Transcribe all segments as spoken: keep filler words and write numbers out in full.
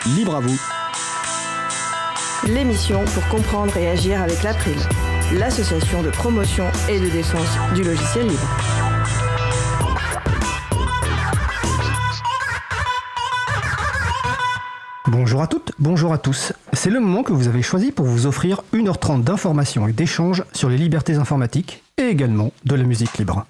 Libre à vous. L'émission pour comprendre et agir avec l'April, l'association de promotion et de défense du logiciel libre. Bonjour à toutes, bonjour à tous. C'est le moment que vous avez choisi pour vous offrir une heure trente d'informations et d'échanges sur les libertés informatiques et également de la musique libre.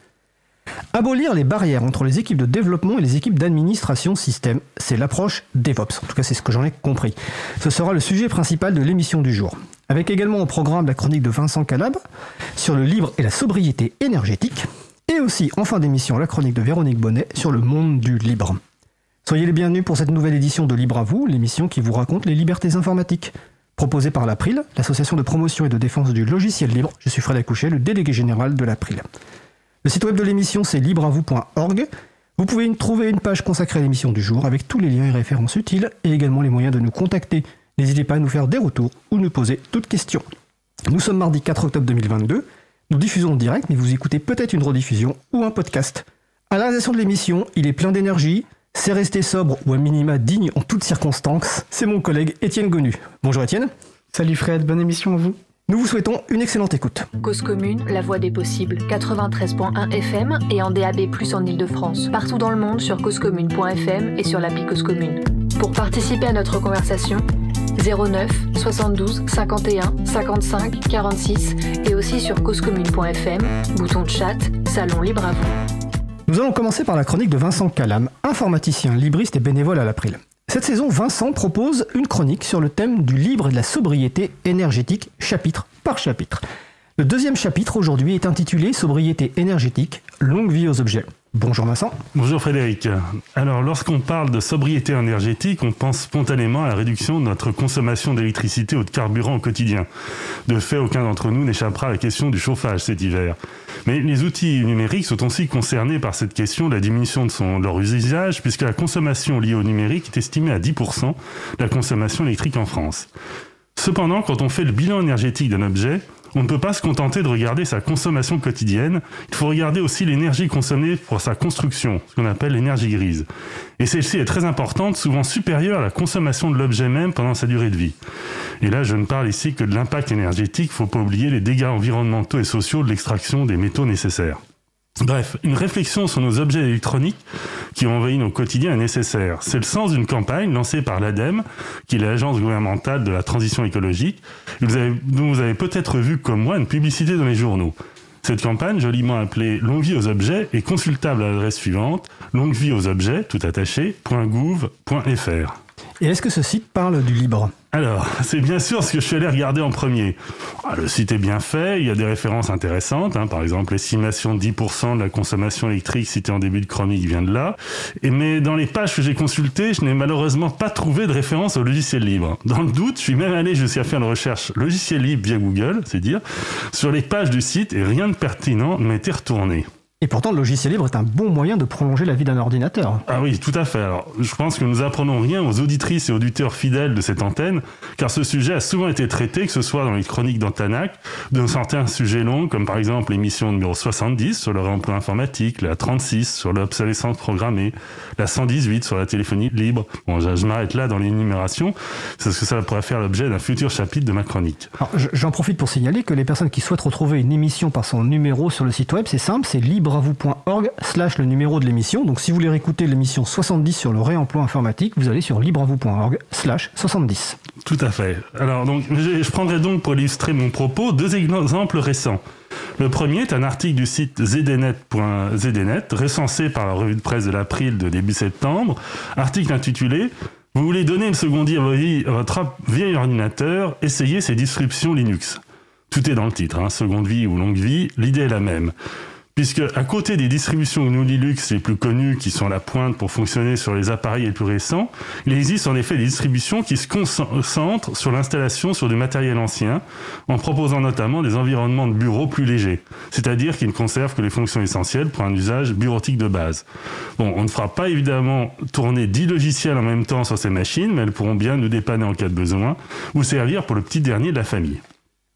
Abolir les barrières entre les équipes de développement et les équipes d'administration système, c'est l'approche DevOps. En tout cas, c'est ce que j'en ai compris. Ce sera le sujet principal de l'émission du jour. Avec également au programme la chronique de Vincent Calab sur le libre et la sobriété énergétique. Et aussi, en fin d'émission, la chronique de Véronique Bonnet sur le monde du libre. Soyez les bienvenus pour cette nouvelle édition de Libre à vous, l'émission qui vous raconte les libertés informatiques. Proposée par l'April, l'association de promotion et de défense du logiciel libre. Je suis Fred Acouchet, le délégué général de l'April. Le site web de l'émission, c'est libre à vous point org. Vous pouvez y trouver une page consacrée à l'émission du jour avec tous les liens et références utiles et également les moyens de nous contacter. N'hésitez pas à nous faire des retours ou nous poser toutes questions. Nous sommes mardi quatre octobre deux mille vingt-deux. Nous diffusons en direct, mais vous écoutez peut-être une rediffusion ou un podcast. À la réalisation de l'émission, il est plein d'énergie, c'est resté sobre ou à minima digne en toutes circonstances. C'est mon collègue Étienne Gonu. Bonjour Étienne. Salut Fred, bonne émission à vous. Nous vous souhaitons une excellente écoute. Cause commune, la voix des possibles, quatre-vingt-treize virgule un F M et en D A B plus, en Ile-de-France. Partout dans le monde sur cause commune point F M et sur l'appli Cause Commune. Pour participer à notre conversation, zéro neuf soixante-douze cinquante et un cinquante-cinq quarante-six et aussi sur cause commune point F M, bouton de chat, salon libre à vous. Nous allons commencer par la chronique de Vincent Calab, informaticien, libriste et bénévole à l'April. Cette saison, Vincent propose une chronique sur le thème du libre et de la sobriété énergétique, chapitre par chapitre. Le deuxième chapitre aujourd'hui est intitulé Sobriété énergétique, longue vie aux objets. Bonjour Vincent. Bonjour Frédéric. Alors lorsqu'on parle de sobriété énergétique, on pense spontanément à la réduction de notre consommation d'électricité ou de carburant au quotidien. De fait, aucun d'entre nous n'échappera à la question du chauffage cet hiver. Mais les outils numériques sont aussi concernés par cette question de la diminution de, son, de leur usage, puisque la consommation liée au numérique est estimée à dix pour cent de la consommation électrique en France. Cependant, quand on fait le bilan énergétique d'un objet, on ne peut pas se contenter de regarder sa consommation quotidienne, il faut regarder aussi l'énergie consommée pour sa construction, ce qu'on appelle l'énergie grise. Et celle-ci est très importante, souvent supérieure à la consommation de l'objet même pendant sa durée de vie. Et là, je ne parle ici que de l'impact énergétique, il ne faut pas oublier les dégâts environnementaux et sociaux de l'extraction des métaux nécessaires. Bref, une réflexion sur nos objets électroniques qui ont envahi nos quotidiens est nécessaire. C'est le sens d'une campagne lancée par l'ADEME, qui est l'agence gouvernementale de la transition écologique, vous avez, dont vous avez peut-être vu comme moi une publicité dans les journaux. Cette campagne, joliment appelée « Longue vie aux objets », est consultable à l'adresse suivante, longue vie aux objets, tout attaché, .gouv point F R. Et est-ce que ce site parle du libre ? Alors, c'est bien sûr ce que je suis allé regarder en premier. Ah, le site est bien fait, il y a des références intéressantes, hein, par exemple l'estimation de dix pour cent de la consommation électrique citée en début de chronique vient de là. Et, mais dans les pages que j'ai consultées, je n'ai malheureusement pas trouvé de référence au logiciel libre. Dans le doute, je suis même allé jusqu'à faire une recherche logiciel libre via Google, c'est dire, sur les pages du site et rien de pertinent ne m'était retourné. Et pourtant, le logiciel libre est un bon moyen de prolonger la vie d'un ordinateur. Ah oui, tout à fait. Alors, je pense que nous apprenons rien aux auditrices et auditeurs fidèles de cette antenne, car ce sujet a souvent été traité, que ce soit dans les chroniques d'Antanac, de certains sujets longs, comme par exemple l'émission numéro soixante-dix sur le réemploi informatique, la trente-six sur l'obsolescence programmée, la cent dix-huit sur la téléphonie libre. Bon, je, je m'arrête là dans l'énumération, parce que ça pourrait faire l'objet d'un futur chapitre de ma chronique. Alors, j'en profite pour signaler que les personnes qui souhaitent retrouver une émission par son numéro sur le site web, c'est simple, c'est libre à vous point org slash le numéro de l'émission. Donc si vous voulez réécouter l'émission soixante-dix sur le réemploi informatique, vous allez sur libre à vous point org slash soixante-dix. Tout à fait. Alors donc je, je prendrai donc pour illustrer mon propos deux exemples récents. Le premier est un article du site z d net point z d net recensé par la revue de presse de l'April de début septembre, article intitulé « Vous voulez donner une seconde vie à votre vieil ordinateur, essayez ces distributions Linux ». Tout est dans le titre, hein, seconde vie ou longue vie, l'idée est la même. Puisque, à côté des distributions G N U Linux les plus connues qui sont à la pointe pour fonctionner sur les appareils les plus récents, il existe en effet des distributions qui se concentrent sur l'installation sur du matériel ancien, en proposant notamment des environnements de bureau plus légers, c'est-à-dire qui ne conservent que les fonctions essentielles pour un usage bureautique de base. Bon, on ne fera pas évidemment tourner dix logiciels en même temps sur ces machines, mais elles pourront bien nous dépanner en cas de besoin, ou servir pour le petit dernier de la famille.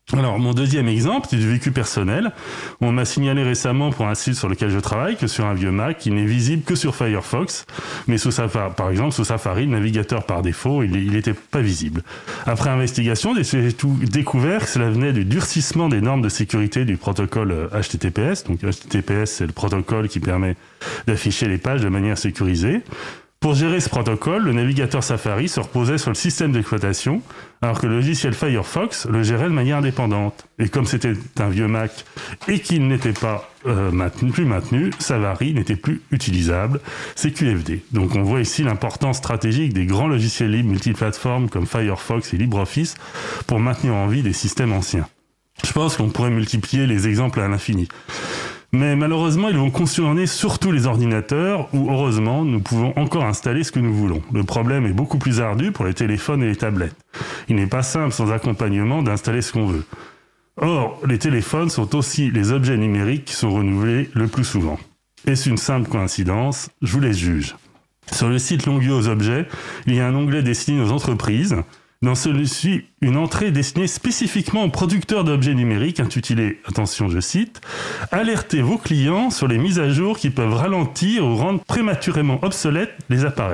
Alors, mon deuxième exemple, c'est du vécu personnel. On m'a signalé récemment pour un site sur lequel je travaille que sur un vieux Mac, il n'est visible que sur Firefox. Mais sous Safari, par exemple, sous Safari, le navigateur par défaut, il n'était pas visible. Après investigation, j'ai tout découvert que cela venait du durcissement des normes de sécurité du protocole H T T P S. Donc, H T T P S, c'est le protocole qui permet d'afficher les pages de manière sécurisée. Pour gérer ce protocole, le navigateur Safari se reposait sur le système d'exploitation, alors que le logiciel Firefox le gérait de manière indépendante. Et comme c'était un vieux Mac et qu'il n'était pas euh, maintenu, plus maintenu, Safari n'était plus utilisable. C'est Q F D. Donc on voit ici l'importance stratégique des grands logiciels libres multiplateformes comme Firefox et LibreOffice pour maintenir en vie des systèmes anciens. Je pense qu'on pourrait multiplier les exemples à l'infini. Mais malheureusement, ils vont concerner surtout les ordinateurs où, heureusement, nous pouvons encore installer ce que nous voulons. Le problème est beaucoup plus ardu pour les téléphones et les tablettes. Il n'est pas simple, sans accompagnement, d'installer ce qu'on veut. Or, les téléphones sont aussi les objets numériques qui sont renouvelés le plus souvent. Est-ce une simple coïncidence ? Je vous laisse juger. Sur le site Longueux aux objets, il y a un onglet destiné aux entreprises. Dans celui-ci, une entrée destinée spécifiquement aux producteurs d'objets numériques intitulée, attention je cite, « Alertez vos clients sur les mises à jour qui peuvent ralentir ou rendre prématurément obsolètes les appareils ».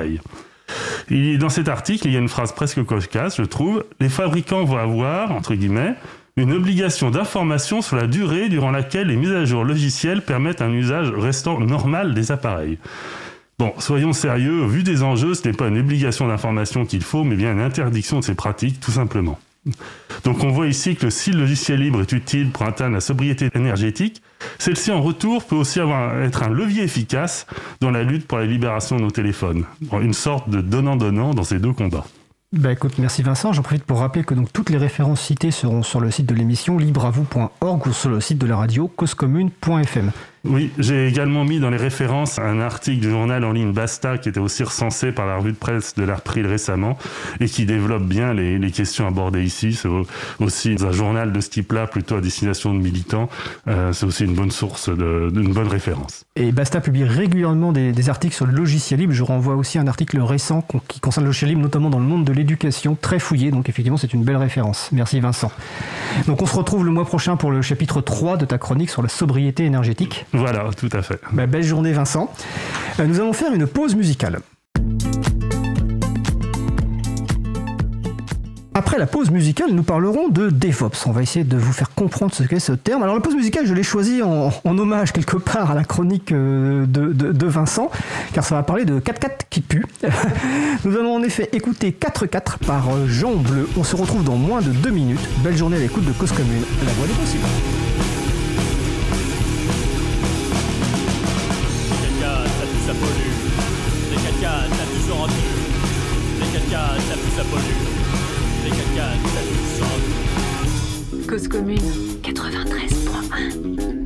Et dans cet article, il y a une phrase presque cocasse, je trouve. « Les fabricants vont avoir, entre guillemets, une obligation d'information sur la durée durant laquelle les mises à jour logicielles permettent un usage restant normal des appareils ». Bon, soyons sérieux, au vu des enjeux, ce n'est pas une obligation d'information qu'il faut, mais bien une interdiction de ces pratiques, tout simplement. Donc on voit ici que si le logiciel libre est utile pour atteindre la sobriété énergétique, celle-ci en retour peut aussi avoir, être un levier efficace dans la lutte pour la libération de nos téléphones. Bon, une sorte de donnant-donnant dans ces deux combats. Bah écoute, merci Vincent. J'en profite pour rappeler que donc toutes les références citées seront sur le site de l'émission libreavou point org ou sur le site de la radio causecommune point f m. Oui, j'ai également mis dans les références un article du journal en ligne Basta qui était aussi recensé par la revue de presse de l'April récemment et qui développe bien les, les questions abordées ici. C'est aussi un journal de ce type-là, plutôt à destination de militants. Euh, c'est aussi une bonne source, de, une bonne référence. Et Basta publie régulièrement des, des articles sur le logiciel libre. Je renvoie aussi un article récent qui concerne le logiciel libre, notamment dans le monde de l'éducation, très fouillé. Donc effectivement, c'est une belle référence. Merci Vincent. Donc on se retrouve le mois prochain pour le chapitre trois de ta chronique sur la sobriété énergétique. Voilà, tout à fait. Bah, belle journée Vincent. Euh, nous allons faire une pause musicale. Après la pause musicale, nous parlerons de DevOps. On va essayer de vous faire comprendre ce qu'est ce terme. Alors la pause musicale, je l'ai choisie en, en hommage quelque part à la chronique de, de, de Vincent, car ça va parler de quatre quatre qui pue. Nous allons en effet écouter quatre quatre par Jean Bleu. On se retrouve dans moins de deux minutes. Belle journée à l'écoute de Cause Commune, la voix des possibles. Ça pollue, les quatre quatre, ça pue sur en dessus. Les quatre quatre, ça pue, ça pollue. Les quatre quatre, ça pue sur en dessus. Cause Commune quatre-vingt-treize point un.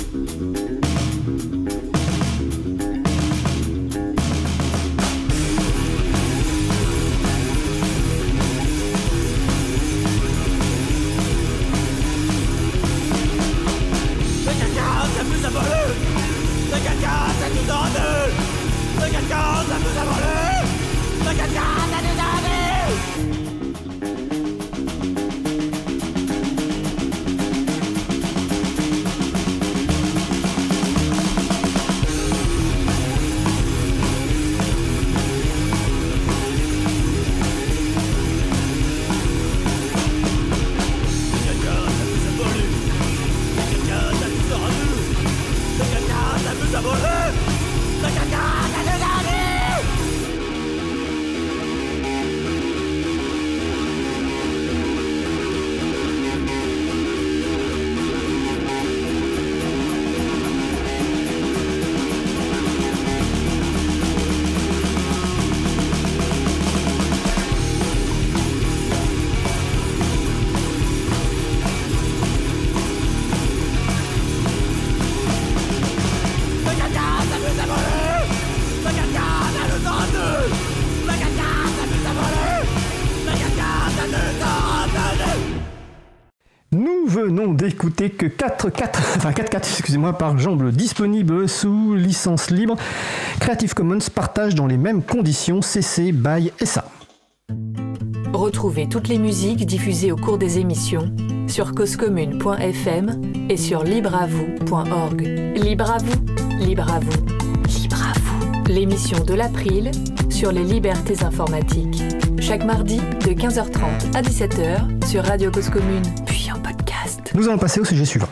D'écouter que quatre quatre, enfin quatre quatre, excusez-moi, par Jean Bleu, disponible sous licence libre, Creative Commons, partage dans les mêmes conditions, C C by S A. Retrouvez toutes les musiques diffusées au cours des émissions sur causecommune point f m et sur libreavou point org. Libre à vous, libre à vous, libre à vous. L'émission de l'April sur les libertés informatiques. Chaque mardi de quinze heures trente à dix-sept heures sur Radio Cause Commune, puis en podcast. Nous allons passer au sujet suivant.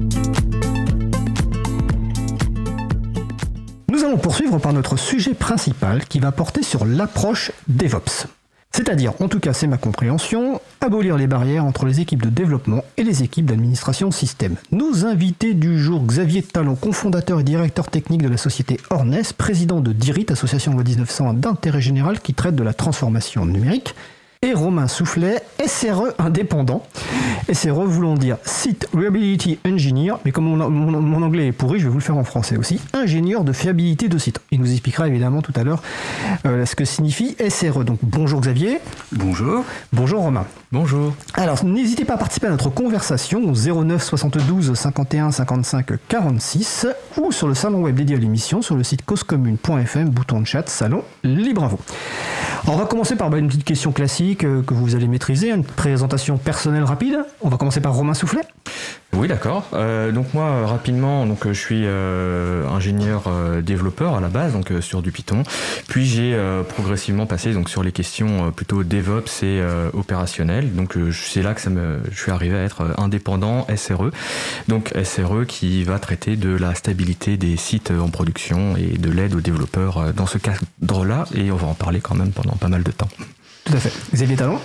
Nous allons poursuivre par notre sujet principal qui va porter sur l'approche DevOps. C'est-à-dire, en tout cas c'est ma compréhension, abolir les barrières entre les équipes de développement et les équipes d'administration système. Nos invités du jour, Xavier Talon, cofondateur et directeur technique de la société Ornes, président de DIRIT, association loi dix-neuf cent un d'intérêt général qui traite de la transformation numérique, et Romain Soufflet, S R E indépendant. S R E voulant dire Site Reliability Engineer, mais comme mon, mon, mon anglais est pourri, je vais vous le faire en français aussi, ingénieur de fiabilité de site. Il nous expliquera évidemment tout à l'heure euh, ce que signifie S R E. Donc bonjour Xavier. Bonjour. Bonjour Romain. Bonjour. Alors n'hésitez pas à participer à notre conversation au zéro neuf soixante-douze cinquante et un cinquante-cinq quarante-six ou sur le salon web dédié à l'émission sur le site causecommune point f m, bouton de chat, salon libre à vous. Alors, on va commencer par bah, une petite question classique euh, que vous allez maîtriser, une présentation personnelle rapide. On va commencer par Romain Soufflet. Oui, d'accord. Euh, donc moi, euh, rapidement, donc je suis euh, ingénieur euh, développeur à la base, donc euh, sur du Python. Puis j'ai euh, progressivement passé donc sur les questions euh, plutôt DevOps et euh, opérationnelles. Donc euh, c'est là que ça me, je suis arrivé à être euh, indépendant S R E. Donc S R E qui va traiter de la stabilité des sites en production et de l'aide aux développeurs euh, dans ce cadre-là. Et on va en parler quand même pendant pas mal de temps. Tout à fait. Xavier Talon.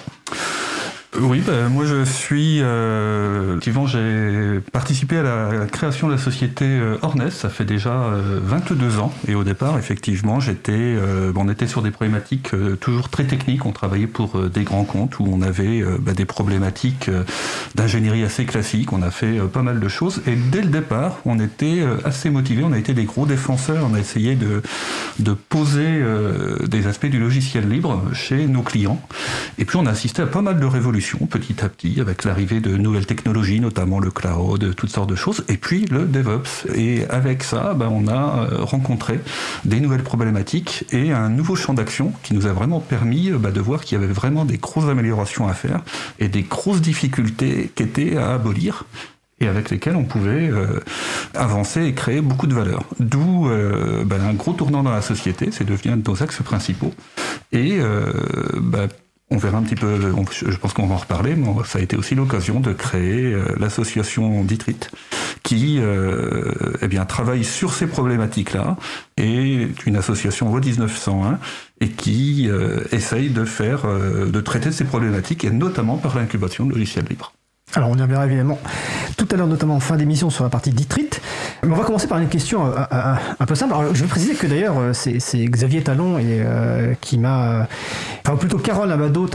Oui, bah, moi je suis... Euh, effectivement, j'ai participé à la, à la création de la société euh, Ornes, ça fait déjà euh, vingt-deux ans. Et au départ, effectivement, j'étais, euh, on était sur des problématiques euh, toujours très techniques. On travaillait pour euh, des grands comptes où on avait euh, bah, des problématiques euh, d'ingénierie assez classiques. On a fait euh, pas mal de choses. Et dès le départ, on était euh, assez motivés. On a été des gros défenseurs. On a essayé de, de poser euh, des aspects du logiciel libre chez nos clients. Et puis on a assisté à pas mal de révolutions petit à petit, avec l'arrivée de nouvelles technologies, notamment le cloud, toutes sortes de choses, et puis le DevOps. Et avec ça, ben, on a rencontré des nouvelles problématiques et un nouveau champ d'action qui nous a vraiment permis ben, de voir qu'il y avait vraiment des grosses améliorations à faire et des grosses difficultés qui étaient à abolir et avec lesquelles on pouvait euh, avancer et créer beaucoup de valeur. D'où euh, ben, un gros tournant dans la société, c'est devenu un de nos axes principaux. Et euh, ben, on verra un petit peu, on, je pense qu'on va en reparler, mais ça a été aussi l'occasion de créer euh, l'association DIRIT qui euh, eh bien, travaille sur ces problématiques-là et une association loi dix-neuf cent un et qui euh, essaye de, faire, euh, de traiter ces problématiques et notamment par l'incubation de logiciels libres. Alors on y reviendra évidemment tout à l'heure, notamment en fin d'émission sur la partie DIRIT. Mais on va commencer par une question euh, euh, un peu simple. Alors, je vais préciser que d'ailleurs c'est, c'est Xavier Talon et, euh, qui m'a... Enfin plutôt Carole Abadot,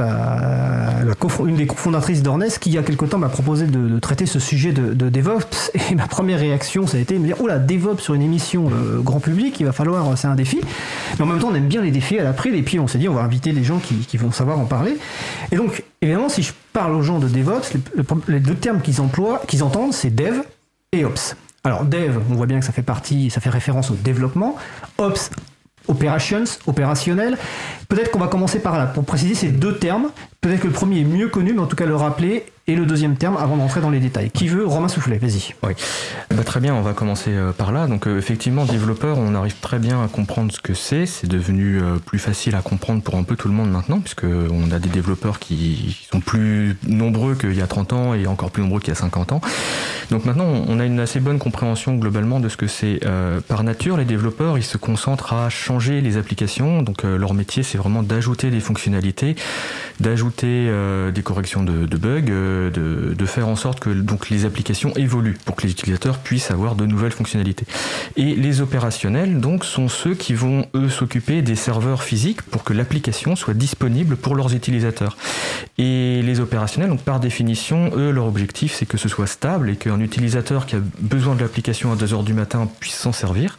la, une des cofondatrices d'Ornes, qui il y a quelque temps m'a proposé de, de traiter ce sujet de, de DevOps. Et ma première réaction, ça a été de me dire « Oh là, DevOps sur une émission euh, grand public, il va falloir... C'est un défi. » Mais en même temps, on aime bien les défis à l'April. Et puis on s'est dit, on va inviter des gens qui, qui vont savoir en parler. Et donc, évidemment, si je parle aux gens de DevOps, les, les deux termes qu'ils emploient, qu'ils entendent, c'est Dev et Ops. Alors Dev, on voit bien que ça fait partie, ça fait référence au développement. Ops, Operations, opérationnel. Peut-être qu'on va commencer par là, pour préciser ces deux termes. Peut-être que le premier est mieux connu, mais en tout cas le rappeler, et le deuxième terme avant d'entrer dans les détails. Qui veut? Romain Soufflet, vas-y. Oui, bah, très bien, on va commencer euh, par là. Donc euh, effectivement, développeur, on arrive très bien à comprendre ce que c'est. C'est devenu euh, plus facile à comprendre pour un peu tout le monde maintenant, puisqu'on a des développeurs qui sont plus nombreux qu'il y a trente ans et encore plus nombreux qu'il y a cinquante ans. Donc maintenant, on a une assez bonne compréhension globalement de ce que c'est. Euh, par nature, les développeurs, ils se concentrent à changer les applications. Donc euh, leur métier, c'est vraiment d'ajouter des fonctionnalités, d'ajouter euh, des corrections de, de bugs, euh, de, de faire en sorte que donc, les applications évoluent pour que les utilisateurs puissent avoir de nouvelles fonctionnalités. Et les opérationnels, donc, sont ceux qui vont, eux, s'occuper des serveurs physiques pour que l'application soit disponible pour leurs utilisateurs. Et les opérationnels, donc, par définition, eux, leur objectif, c'est que ce soit stable et qu'un utilisateur qui a besoin de l'application à deux heures du matin puisse s'en servir.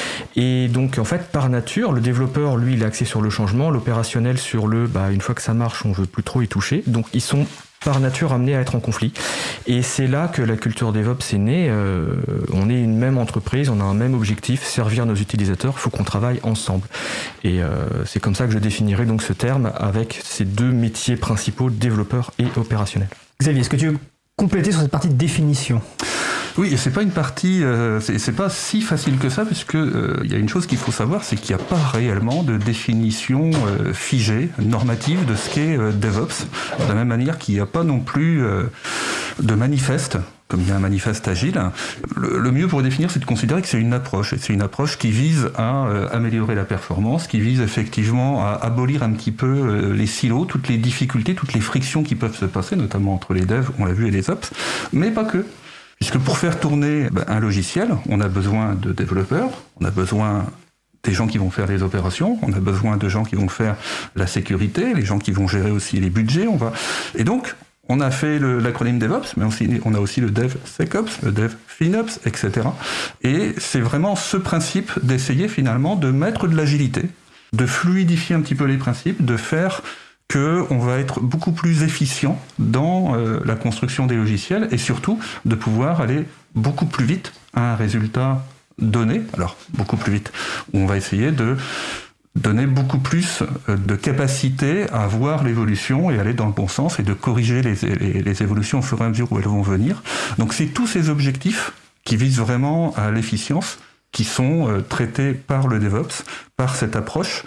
Et donc, en fait, par nature, le développeur, lui, il est axé sur le changement, l'opérationnel sur le, bah, une fois que ça marche, on veut plus trop y toucher. Donc, ils sont par nature amenés à être en conflit. Et c'est là que la culture DevOps est née. Euh, on est une même entreprise, on a un même objectif, servir nos utilisateurs, il faut qu'on travaille ensemble. Et euh, c'est comme ça que je définirais donc ce terme avec ces deux métiers principaux, développeur et opérationnel. Xavier, est-ce que tu veux compléter sur cette partie de définition. Oui, et c'est pas une partie, euh, c'est, c'est pas si facile que ça, puisque euh, il y a une chose qu'il faut savoir, c'est qu'il n'y a pas réellement de définition euh, figée, normative de ce qu'est euh, DevOps, de la même manière qu'il n'y a pas non plus euh, de manifeste. Comme il y a un manifeste agile, le, le mieux pour définir, c'est de considérer que c'est une approche. Et c'est une approche qui vise à euh, améliorer la performance, qui vise effectivement à abolir un petit peu euh, les silos, toutes les difficultés, toutes les frictions qui peuvent se passer, notamment entre les devs, on l'a vu, et les ops, mais pas que. Puisque pour faire tourner ben, un logiciel, on a besoin de développeurs, on a besoin des gens qui vont faire les opérations, on a besoin de gens qui vont faire la sécurité, les gens qui vont gérer aussi les budgets. On va... Et donc, on a fait le, l'acronyme DevOps, mais aussi, on a aussi le DevSecOps, le DevFinOps, et cetera. Et c'est vraiment ce principe d'essayer finalement de mettre de l'agilité, de fluidifier un petit peu les principes, de faire qu'on va être beaucoup plus efficient dans euh, la construction des logiciels et surtout de pouvoir aller beaucoup plus vite à un résultat donné. Alors, beaucoup plus vite, où on va essayer de donner beaucoup plus de capacité à voir l'évolution et aller dans le bon sens et de corriger les, les, les évolutions au fur et à mesure où elles vont venir. Donc c'est tous ces objectifs qui visent vraiment à l'efficience qui sont euh, traités par le DevOps, par cette approche.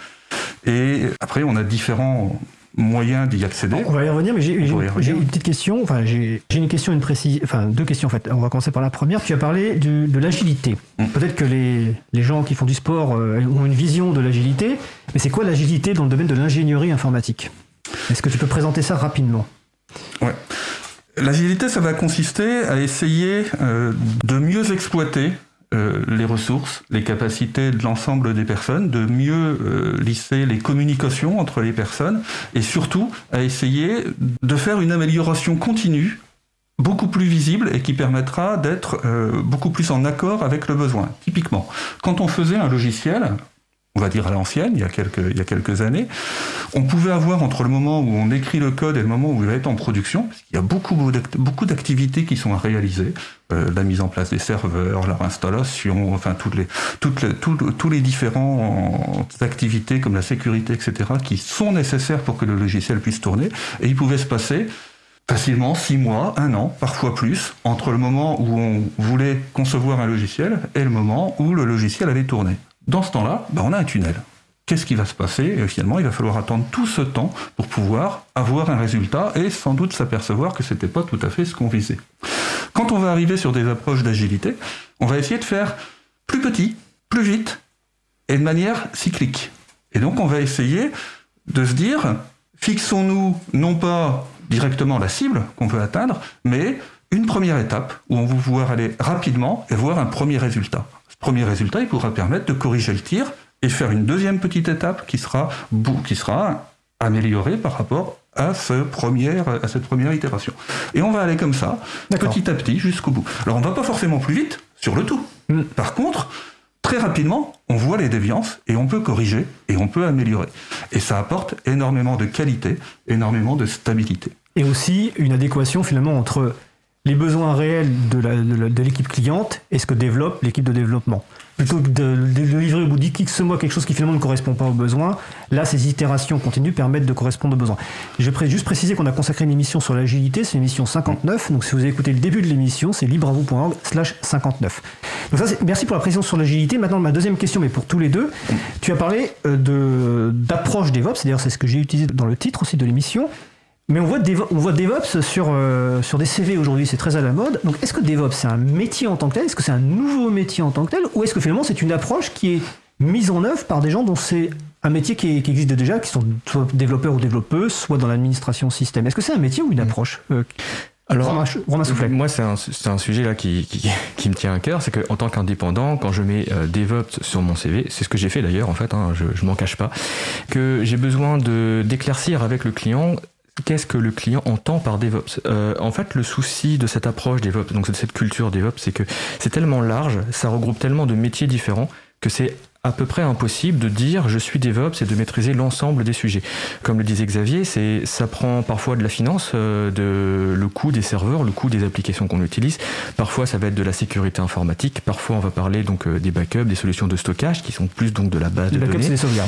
Et après, on a différents moyens d'y accéder. On va y revenir, mais j'ai, j'ai, revenir. j'ai une petite question. Enfin, j'ai, j'ai une question, une précision. Enfin, deux questions en fait. On va commencer par la première. Tu as parlé du, de l'agilité. Mm. Peut-être que les, les gens qui font du sport euh, ont une vision de l'agilité, mais c'est quoi l'agilité dans le domaine de l'ingénierie informatique ? Est-ce que tu peux présenter ça rapidement ? Ouais. L'agilité, ça va consister à essayer euh, de mieux exploiter Euh, les ressources, les capacités de l'ensemble des personnes, de mieux euh, lisser les communications entre les personnes et surtout à essayer de faire une amélioration continue beaucoup plus visible et qui permettra d'être euh, beaucoup plus en accord avec le besoin. Typiquement, quand on faisait un logiciel, on va dire à l'ancienne, il y a quelques, il y a quelques années, on pouvait avoir entre le moment où on écrit le code et le moment où il va être en production, parce qu'il y a beaucoup, beaucoup d'activités qui sont à réaliser, euh, la mise en place des serveurs, leur installation, enfin toutes les, toutes les, tout, tous les différentes activités comme la sécurité, et cetera, qui sont nécessaires pour que le logiciel puisse tourner, et il pouvait se passer facilement six mois, un an, parfois plus, entre le moment où on voulait concevoir un logiciel et le moment où le logiciel allait tourner. Dans ce temps-là, ben on a un tunnel. Qu'est-ce qui va se passer ? Et finalement, il va falloir attendre tout ce temps pour pouvoir avoir un résultat et sans doute s'apercevoir que c'était pas tout à fait ce qu'on visait. Quand on va arriver sur des approches d'agilité, on va essayer de faire plus petit, plus vite et de manière cyclique. Et donc, on va essayer de se dire, fixons-nous non pas directement la cible qu'on veut atteindre, mais une première étape où on va pouvoir aller rapidement et voir un premier résultat. Ce premier résultat, il pourra permettre de corriger le tir et faire une deuxième petite étape qui sera, qui sera améliorée par rapport à, ce première, à cette première itération. Et on va aller comme ça, D'accord. petit à petit, jusqu'au bout. Alors on ne va pas forcément plus vite sur le tout. Mm. Par contre, très rapidement, on voit les déviances et on peut corriger et on peut améliorer. Et ça apporte énormément de qualité, énormément de stabilité. Et aussi une adéquation finalement entre les besoins réels de, la, de, la, de l'équipe cliente et ce que développe l'équipe de développement. Plutôt que de, de, de livrer au bout d'X mois quelque chose qui finalement ne correspond pas aux besoins, là, ces itérations continues permettent de correspondre aux besoins. Je vais juste préciser qu'on a consacré une émission sur l'agilité, c'est l'émission cinquante-neuf, donc si vous avez écouté le début de l'émission, c'est libreavou.org slash cinquante-neuf. Donc ça, c'est, merci pour la précision sur l'agilité. Maintenant, ma deuxième question, mais pour tous les deux, tu as parlé de, d'approche DevOps, d'ailleurs c'est ce que j'ai utilisé dans le titre aussi de l'émission. Mais on voit, Devo- on voit DevOps sur, euh, sur des C V aujourd'hui, c'est très à la mode. Donc est-ce que DevOps c'est un métier en tant que tel ? Est-ce que c'est un nouveau métier en tant que tel ? Ou est-ce que finalement c'est une approche qui est mise en œuvre par des gens dont c'est un métier qui, est, qui existe déjà, qui sont soit développeurs ou développeuses, soit dans l'administration système ? Est-ce que c'est un métier ou une approche ? euh, Alors, Romain, Romain Soufflet. Moi, c'est un, c'est un sujet là qui, qui, qui me tient à cœur, c'est qu'en tant qu'indépendant, quand je mets euh, DevOps sur mon C V, c'est ce que j'ai fait d'ailleurs en fait, hein, je, je m'en cache pas, que j'ai besoin de, d'éclaircir avec le client qu'est-ce que le client entend par DevOps. euh, En fait, le souci de cette approche DevOps, donc de cette culture DevOps, c'est que c'est tellement large, ça regroupe tellement de métiers différents que c'est à peu près impossible de dire je suis DevOps et de maîtriser l'ensemble des sujets. Comme le disait Xavier, c'est, ça prend parfois de la finance, euh, de, le coût des serveurs, le coût des applications qu'on utilise. Parfois, ça va être de la sécurité informatique. Parfois, on va parler donc euh, des backups, des solutions de stockage qui sont plus donc de la base Les de backups, données. c'est des sauvegardes.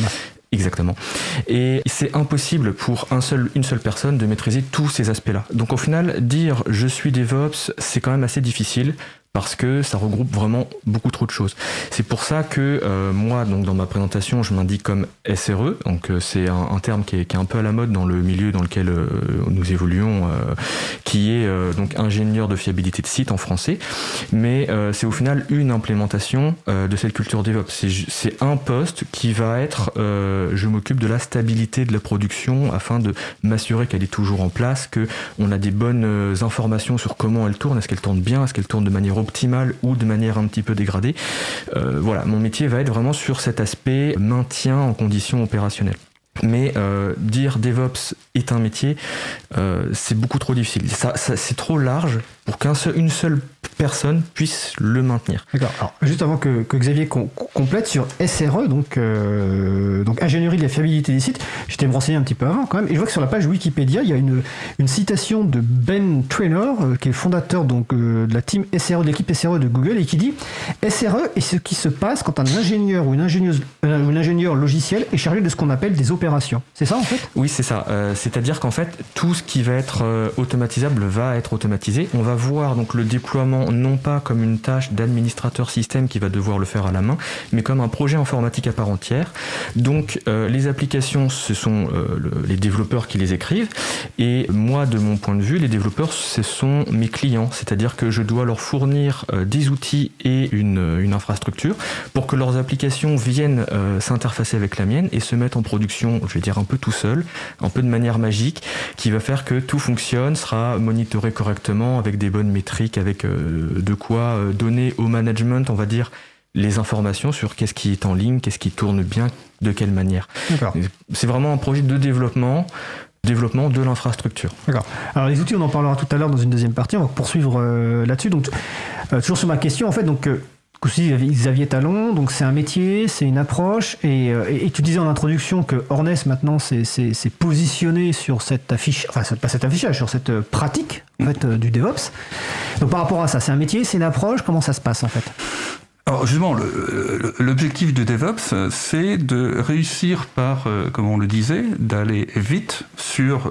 Exactement. Et c'est impossible pour un seul, une seule personne de maîtriser tous ces aspects-là. Donc au final, dire je suis DevOps, c'est quand même assez difficile parce que ça regroupe vraiment beaucoup trop de choses. C'est pour ça que euh, moi, donc dans ma présentation, je m'indique comme S R E. Donc euh, c'est un, un terme qui est, qui est un peu à la mode dans le milieu dans lequel euh, nous évoluons, euh, qui est euh, donc ingénieur de fiabilité de site en français. Mais euh, c'est au final une implémentation euh, de cette culture DevOps. C'est, c'est un poste qui va être, euh, je m'occupe de la stabilité de la production afin de m'assurer qu'elle est toujours en place, que on a des bonnes euh, informations sur comment elle tourne, est-ce qu'elle tourne bien, est-ce qu'elle tourne de manière optimale ou de manière un petit peu dégradée. Euh, voilà, mon métier va être vraiment sur cet aspect maintien en conditions opérationnelles. Mais euh, dire DevOps est un métier, euh, c'est beaucoup trop difficile. Ça, ça, c'est trop large pour qu'une seul, seule personne puisse le maintenir. D'accord. Alors, juste avant que, que Xavier com- complète sur S R E, donc, euh, donc ingénierie de la fiabilité des sites, j'étais me renseigner un petit peu avant quand même, et je vois que sur la page Wikipédia, il y a une, une citation de Ben Traynor, euh, qui est le fondateur donc, euh, de la team S R E, de l'équipe S R E de Google, et qui dit « S R E est ce qui se passe quand un ingénieur ou une ingénieuse, euh, ou un ingénieur logiciel est chargé de ce qu'on appelle des opérations. » C'est ça en fait ? Oui, c'est ça. Euh, c'est-à-dire qu'en fait, tout ce qui va être euh, automatisable va être automatisé. On va voir donc le déploiement non pas comme une tâche d'administrateur système qui va devoir le faire à la main, mais comme un projet informatique à part entière. Donc euh, les applications, ce sont euh, le, les développeurs qui les écrivent, et moi, de mon point de vue, les développeurs, ce sont mes clients, c'est-à-dire que je dois leur fournir euh, des outils et une, une infrastructure pour que leurs applications viennent euh, s'interfacer avec la mienne et se mettre en production, je vais dire un peu tout seul, un peu de manière magique, qui va faire que tout fonctionne, sera monitoré correctement avec des bonnes métriques, avec euh, de quoi euh, donner au management, on va dire, les informations sur qu'est-ce qui est en ligne, qu'est-ce qui tourne bien, de quelle manière. D'accord. C'est vraiment un projet de développement, développement de l'infrastructure. D'accord. Alors les outils, on en parlera tout à l'heure dans une deuxième partie, on va poursuivre euh, là-dessus. Donc, euh, toujours sur ma question, en fait, donc... Euh, aussi Xavier Talon, donc c'est un métier, c'est une approche, et, et, et tu disais en introduction que Ornès maintenant c'est, c'est, c'est positionné sur cette affiche, enfin pas cet affichage, sur cette pratique en fait, euh, du DevOps. Donc par rapport à ça, c'est un métier, c'est une approche, comment ça se passe en fait ? Alors justement, le, l'objectif de DevOps, c'est de réussir par, euh, comme on le disait, d'aller vite sur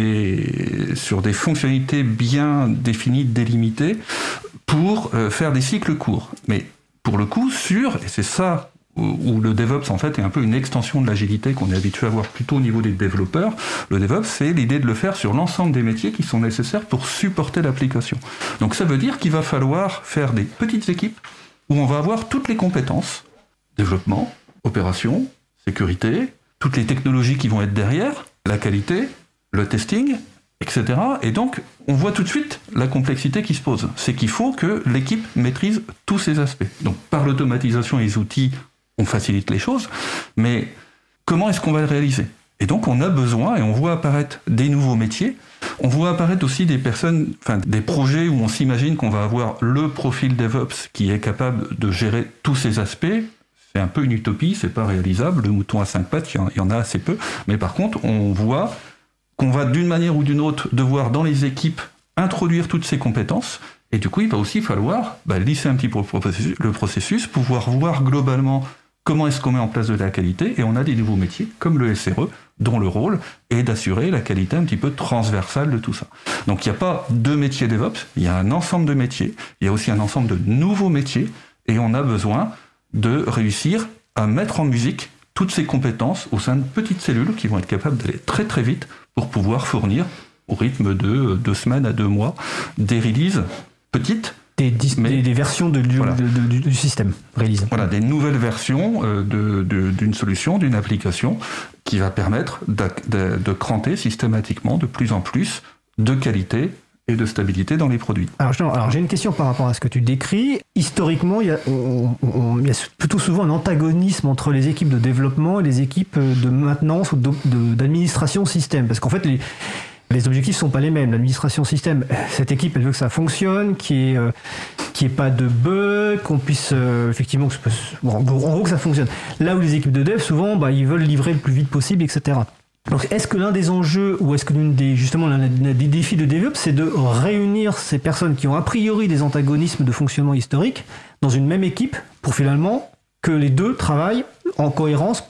des, sur des fonctionnalités bien définies, délimitées, pour euh, faire des cycles courts. Mais pour le coup, sur, et c'est ça où, où le DevOps en fait est un peu une extension de l'agilité qu'on est habitué à voir plutôt au niveau des développeurs, le DevOps, c'est l'idée de le faire sur l'ensemble des métiers qui sont nécessaires pour supporter l'application. Donc ça veut dire qu'il va falloir faire des petites équipes où on va avoir toutes les compétences, développement, opération, sécurité, toutes les technologies qui vont être derrière, la qualité, le testing, et cetera. Et donc, on voit tout de suite la complexité qui se pose. C'est qu'il faut que l'équipe maîtrise tous ces aspects. Donc, par l'automatisation et les outils, on facilite les choses, mais comment est-ce qu'on va le réaliser ? Et donc, on a besoin, et on voit apparaître des nouveaux métiers, on voit apparaître aussi des personnes, enfin, des projets où on s'imagine qu'on va avoir le profil DevOps qui est capable de gérer tous ces aspects. C'est un peu une utopie, c'est pas réalisable. Le mouton à cinq pattes, il y en a assez peu. Mais par contre, on voit qu'on va d'une manière ou d'une autre devoir dans les équipes introduire toutes ces compétences, et du coup il va aussi falloir bah, lisser un petit peu le processus, pouvoir voir globalement comment est-ce qu'on met en place de la qualité, et on a des nouveaux métiers comme le S R E, dont le rôle est d'assurer la qualité un petit peu transversale de tout ça. Donc il n'y a pas deux métiers DevOps, il y a un ensemble de métiers, il y a aussi un ensemble de nouveaux métiers, et on a besoin de réussir à mettre en musique toutes ces compétences au sein de petites cellules qui vont être capables d'aller très très vite pour pouvoir fournir, au rythme de deux semaines à deux mois, des releases petites. Des, dis- mais, des, des versions de, du, voilà. de, de, du, du système release. Voilà, des nouvelles versions euh, de, de, d'une solution, d'une application qui va permettre de, de, de cranter systématiquement de plus en plus de qualité et de stabilité dans les produits. Alors, alors j'ai une question par rapport à ce que tu décris. Historiquement, il y a, on, on, il y a plutôt souvent un antagonisme entre les équipes de développement et les équipes de maintenance ou de, de, d'administration système. Parce qu'en fait, les, les objectifs ne sont pas les mêmes. L'administration système, cette équipe, elle veut que ça fonctionne, qu'il n'y ait, euh, qu'il n'y ait pas de bugs, qu'on puisse euh, effectivement... Que, bon, en gros, que ça fonctionne. Là où les équipes de dev, souvent, bah, ils veulent livrer le plus vite possible, et cetera. Donc, est-ce que l'un des enjeux, ou est-ce que l'un des, justement, l'un des défis de DevOps, c'est de réunir ces personnes qui ont a priori des antagonismes de fonctionnement historique dans une même équipe pour finalement que les deux travaillent en cohérence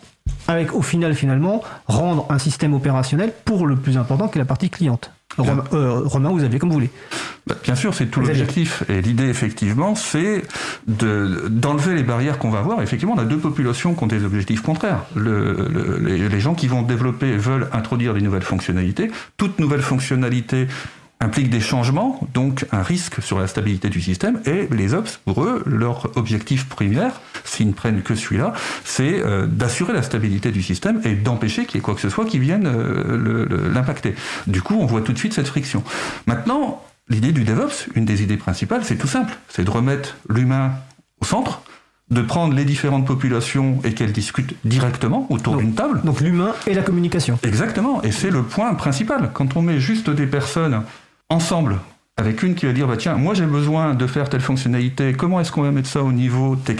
avec au final, finalement, rendre un système opérationnel pour le plus important qui est la partie cliente. Romain, euh, Romain, vous avez comme vous voulez. Bah, bien sûr, c'est tout l'objectif. Et l'idée, effectivement, c'est de, d'enlever les barrières qu'on va avoir. Effectivement, on a deux populations qui ont des objectifs contraires. Le, le, les, les gens qui vont développer veulent introduire des nouvelles fonctionnalités. Toute nouvelle fonctionnalité implique des changements, donc un risque sur la stabilité du système. Et les Ops, pour eux, leur objectif primaire, s'ils ne prennent que celui-là, c'est euh, d'assurer la stabilité du système et d'empêcher qu'il y ait quoi que ce soit qui vienne euh, le, le, l'impacter. Du coup, on voit tout de suite cette friction. Maintenant, l'idée du DevOps, une des idées principales, c'est tout simple. C'est de remettre l'humain au centre, de prendre les différentes populations et qu'elles discutent directement autour donc, d'une table. Donc l'humain et la communication. Exactement, et c'est le point principal. Quand on met juste des personnes ensemble, avec une qui va dire, bah tiens, moi j'ai besoin de faire telle fonctionnalité, comment est-ce qu'on va mettre ça au niveau technique ?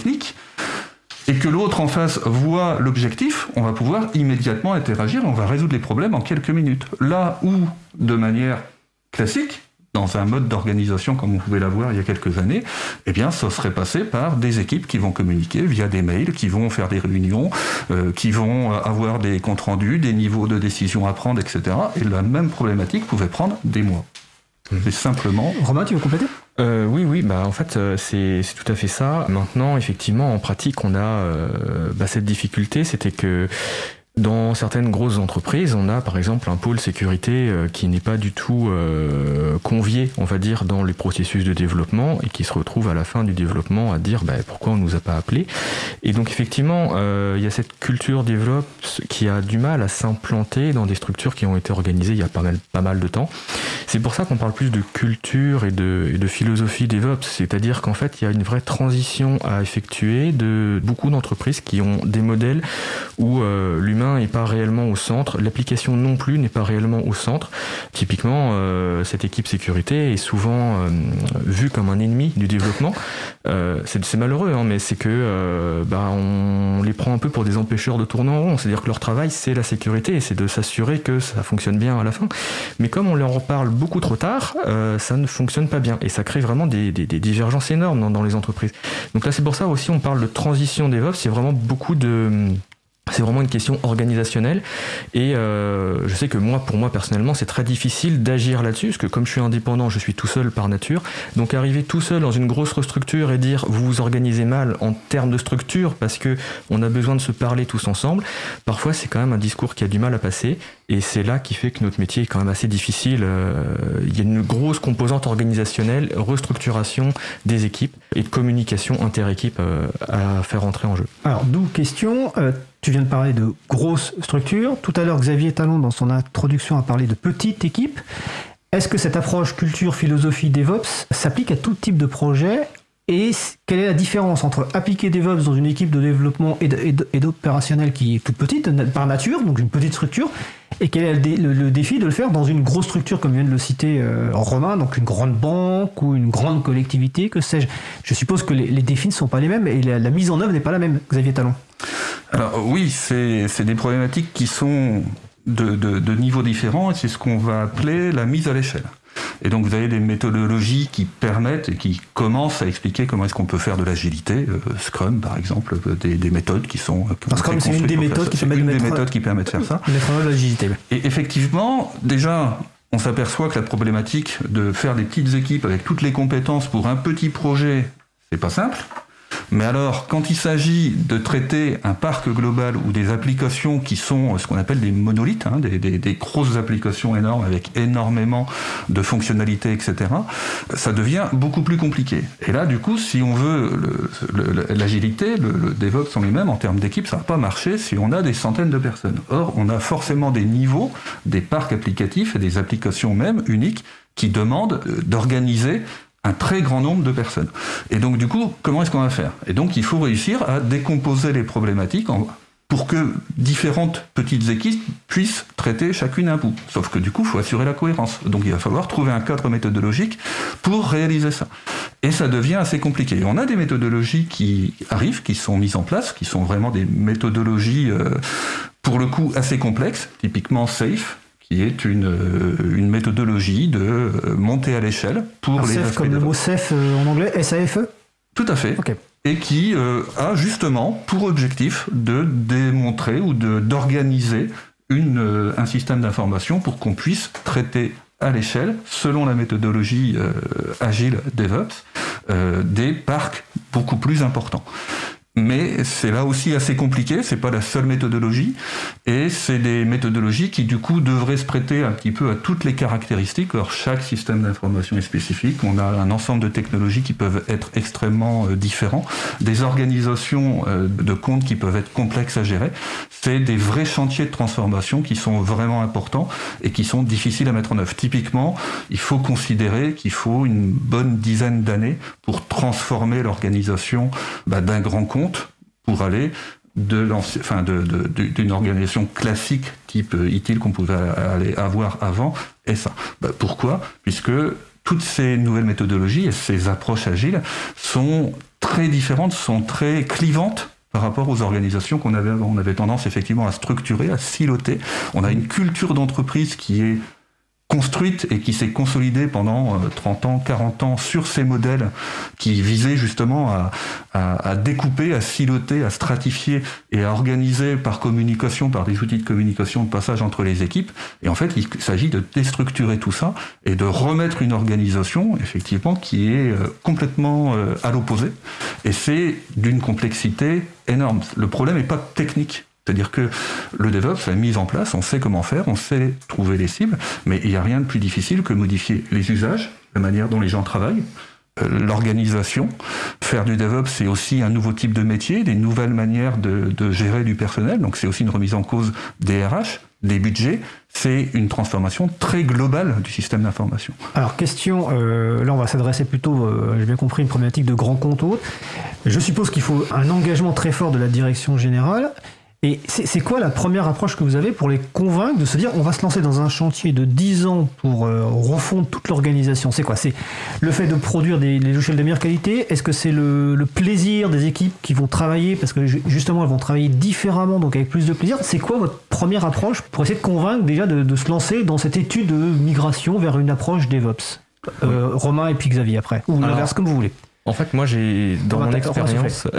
Et que l'autre en face voit l'objectif, on va pouvoir immédiatement interagir, on va résoudre les problèmes en quelques minutes. Là où, de manière classique, dans un mode d'organisation comme on pouvait l'avoir il y a quelques années, eh bien, ça serait passé par des équipes qui vont communiquer via des mails, qui vont faire des réunions, euh, qui vont avoir des comptes rendus, des niveaux de décision à prendre, et cetera. Et la même problématique pouvait prendre des mois. C'est simplement... Romain, tu veux compléter ? Euh, oui, oui, bah en fait euh, c'est, c'est tout à fait ça. Maintenant, effectivement, en pratique, on a euh, bah, cette difficulté, c'était que dans certaines grosses entreprises, on a par exemple un pôle sécurité euh, qui n'est pas du tout euh, convié, on va dire, dans les processus de développement et qui se retrouve à la fin du développement à dire bah, pourquoi on nous a pas appelés. Et donc effectivement, euh, il y a cette culture DevOps qui a du mal à s'implanter dans des structures qui ont été organisées il y a pas mal, pas mal de temps. C'est pour ça qu'on parle plus de culture et de, et de philosophie DevOps, c'est-à-dire qu'en fait, il y a une vraie transition à effectuer de beaucoup d'entreprises qui ont des modèles où euh, l'humain n'est pas réellement au centre, l'application non plus n'est pas réellement au centre. Typiquement, euh, cette équipe sécurité est souvent euh, vue comme un ennemi du développement. Euh, c'est, c'est malheureux, hein, mais c'est que euh, bah, on les prend un peu pour des empêcheurs de tourner en rond. C'est-à-dire que leur travail, c'est la sécurité et c'est de s'assurer que ça fonctionne bien à la fin. Mais comme on leur en parle beaucoup trop tard, euh, ça ne fonctionne pas bien et ça crée vraiment des, des, des divergences énormes dans, dans les entreprises. Donc là, c'est pour ça aussi on parle de transition DevOps. C'est vraiment beaucoup de... C'est vraiment une question organisationnelle et euh, je sais que moi, pour moi personnellement, c'est très difficile d'agir là-dessus parce que comme je suis indépendant, je suis tout seul par nature. Donc arriver tout seul dans une grosse structure et dire vous vous organisez mal en termes de structure parce que on a besoin de se parler tous ensemble, parfois c'est quand même un discours qui a du mal à passer et c'est là qui fait que notre métier est quand même assez difficile. Euh, il y a une grosse composante organisationnelle, restructuration des équipes et de communication inter-équipe euh, à faire entrer en jeu. Alors d'où question... Euh... Tu viens de parler de grosses structures. Tout à l'heure, Xavier Talon, dans son introduction, a parlé de petites équipes. Est-ce que cette approche culture, philosophie, DevOps s'applique à tout type de projet ? Et quelle est la différence entre appliquer DevOps dans une équipe de développement et, de, et, de, et d'opérationnel qui est toute petite, par nature, donc une petite structure, et quel est le, dé, le, le défi de le faire dans une grosse structure, comme vient de le citer euh, Romain, donc une grande banque ou une grande collectivité, que sais-je ? Je suppose que les, les défis ne sont pas les mêmes et la, la mise en œuvre n'est pas la même, Xavier Talon. Alors oui, c'est, c'est des problématiques qui sont de, de, de niveaux différents et c'est ce qu'on va appeler la mise à l'échelle. Et donc vous avez des méthodologies qui permettent et qui commencent à expliquer comment est-ce qu'on peut faire de l'agilité, euh, Scrum par exemple, des, des méthodes qui sont... Parce Scrum c'est une des méthodes qui permet de mettre, des méthodes qui permettent de faire ça. Mettre en œuvre l'agilité. Et effectivement, déjà, on s'aperçoit que la problématique de faire des petites équipes avec toutes les compétences pour un petit projet, c'est pas simple. Mais alors, quand il s'agit de traiter un parc global ou des applications qui sont ce qu'on appelle des monolithes, hein, des, des, des grosses applications énormes avec énormément de fonctionnalités, et cetera, ça devient beaucoup plus compliqué. Et là, du coup, si on veut le, le, l'agilité, le, le DevOps en lui-même, en termes d'équipe, ça ne va pas marcher si on a des centaines de personnes. Or, on a forcément des niveaux, des parcs applicatifs et des applications même uniques qui demandent d'organiser un très grand nombre de personnes. Et donc, du coup, comment est-ce qu'on va faire ? Et donc, il faut réussir à décomposer les problématiques en, pour que différentes petites équipes puissent traiter chacune un bout. Sauf que, du coup, il faut assurer la cohérence. Donc, il va falloir trouver un cadre méthodologique pour réaliser ça. Et ça devient assez compliqué. Et on a des méthodologies qui arrivent, qui sont mises en place, qui sont vraiment des méthodologies, euh, pour le coup, assez complexes, typiquement SAFe, qui est une, une méthodologie de monter à l'échelle pour Alors les safe aspects comme le mot safe en anglais, S A F E ? Tout à fait. Okay. et qui euh, a justement pour objectif de démontrer ou de, d'organiser une, euh, un système d'information pour qu'on puisse traiter à l'échelle, selon la méthodologie euh, agile DevOps, euh, des parcs beaucoup plus importants. Mais c'est là aussi assez compliqué, c'est pas la seule méthodologie, et c'est des méthodologies qui du coup devraient se prêter un petit peu à toutes les caractéristiques. Alors chaque système d'information est spécifique, on a un ensemble de technologies qui peuvent être extrêmement euh, différents, des organisations euh, de comptes qui peuvent être complexes à gérer. C'est des vrais chantiers de transformation qui sont vraiment importants et qui sont difficiles à mettre en œuvre. Typiquement, il faut considérer qu'il faut une bonne dizaine d'années pour transformer l'organisation bah, d'un grand compte pour aller de enfin de, de, de, d'une organisation classique type I T I L qu'on pouvait aller avoir avant et ça. Bah, pourquoi ? Puisque toutes ces nouvelles méthodologies et ces approches agiles sont très différentes, sont très clivantes par rapport aux organisations qu'on avait avant. On avait tendance effectivement à structurer, à siloter. On a une culture d'entreprise qui est construite et qui s'est consolidée pendant trente ans, quarante ans sur ces modèles qui visaient justement à, à, à découper, à siloter, à stratifier et à organiser par communication, par des outils de communication de passage entre les équipes. Et en fait, il s'agit de déstructurer tout ça et de remettre une organisation, effectivement, qui est complètement à l'opposé. Et c'est d'une complexité énorme. Le problème n'est pas technique. C'est-à-dire que le DevOps, la mise en place, on sait comment faire, on sait trouver les cibles, mais il n'y a rien de plus difficile que modifier les usages, la manière dont les gens travaillent, euh, l'organisation. Faire du DevOps, c'est aussi un nouveau type de métier, des nouvelles manières de, de gérer du personnel, donc c'est aussi une remise en cause des R H, des budgets. C'est une transformation très globale du système d'information. Alors, question, euh, là on va s'adresser plutôt, euh, j'ai bien compris, une problématique de grands comptes autres. Je suppose qu'il faut un engagement très fort de la direction générale. Et c'est, c'est quoi la première approche que vous avez pour les convaincre de se dire on va se lancer dans un chantier de dix ans pour euh, refondre toute l'organisation ? C'est quoi ? C'est le fait de produire des, des logiciels de meilleure qualité ? Est-ce que c'est le, le plaisir des équipes qui vont travailler parce que justement elles vont travailler différemment, donc avec plus de plaisir ? C'est quoi votre première approche pour essayer de convaincre déjà de, de se lancer dans cette étude de migration vers une approche DevOps ? euh, Romain et puis Xavier après, ou l'inverse, comme vous voulez. En fait, moi, j'ai dans mon expérience,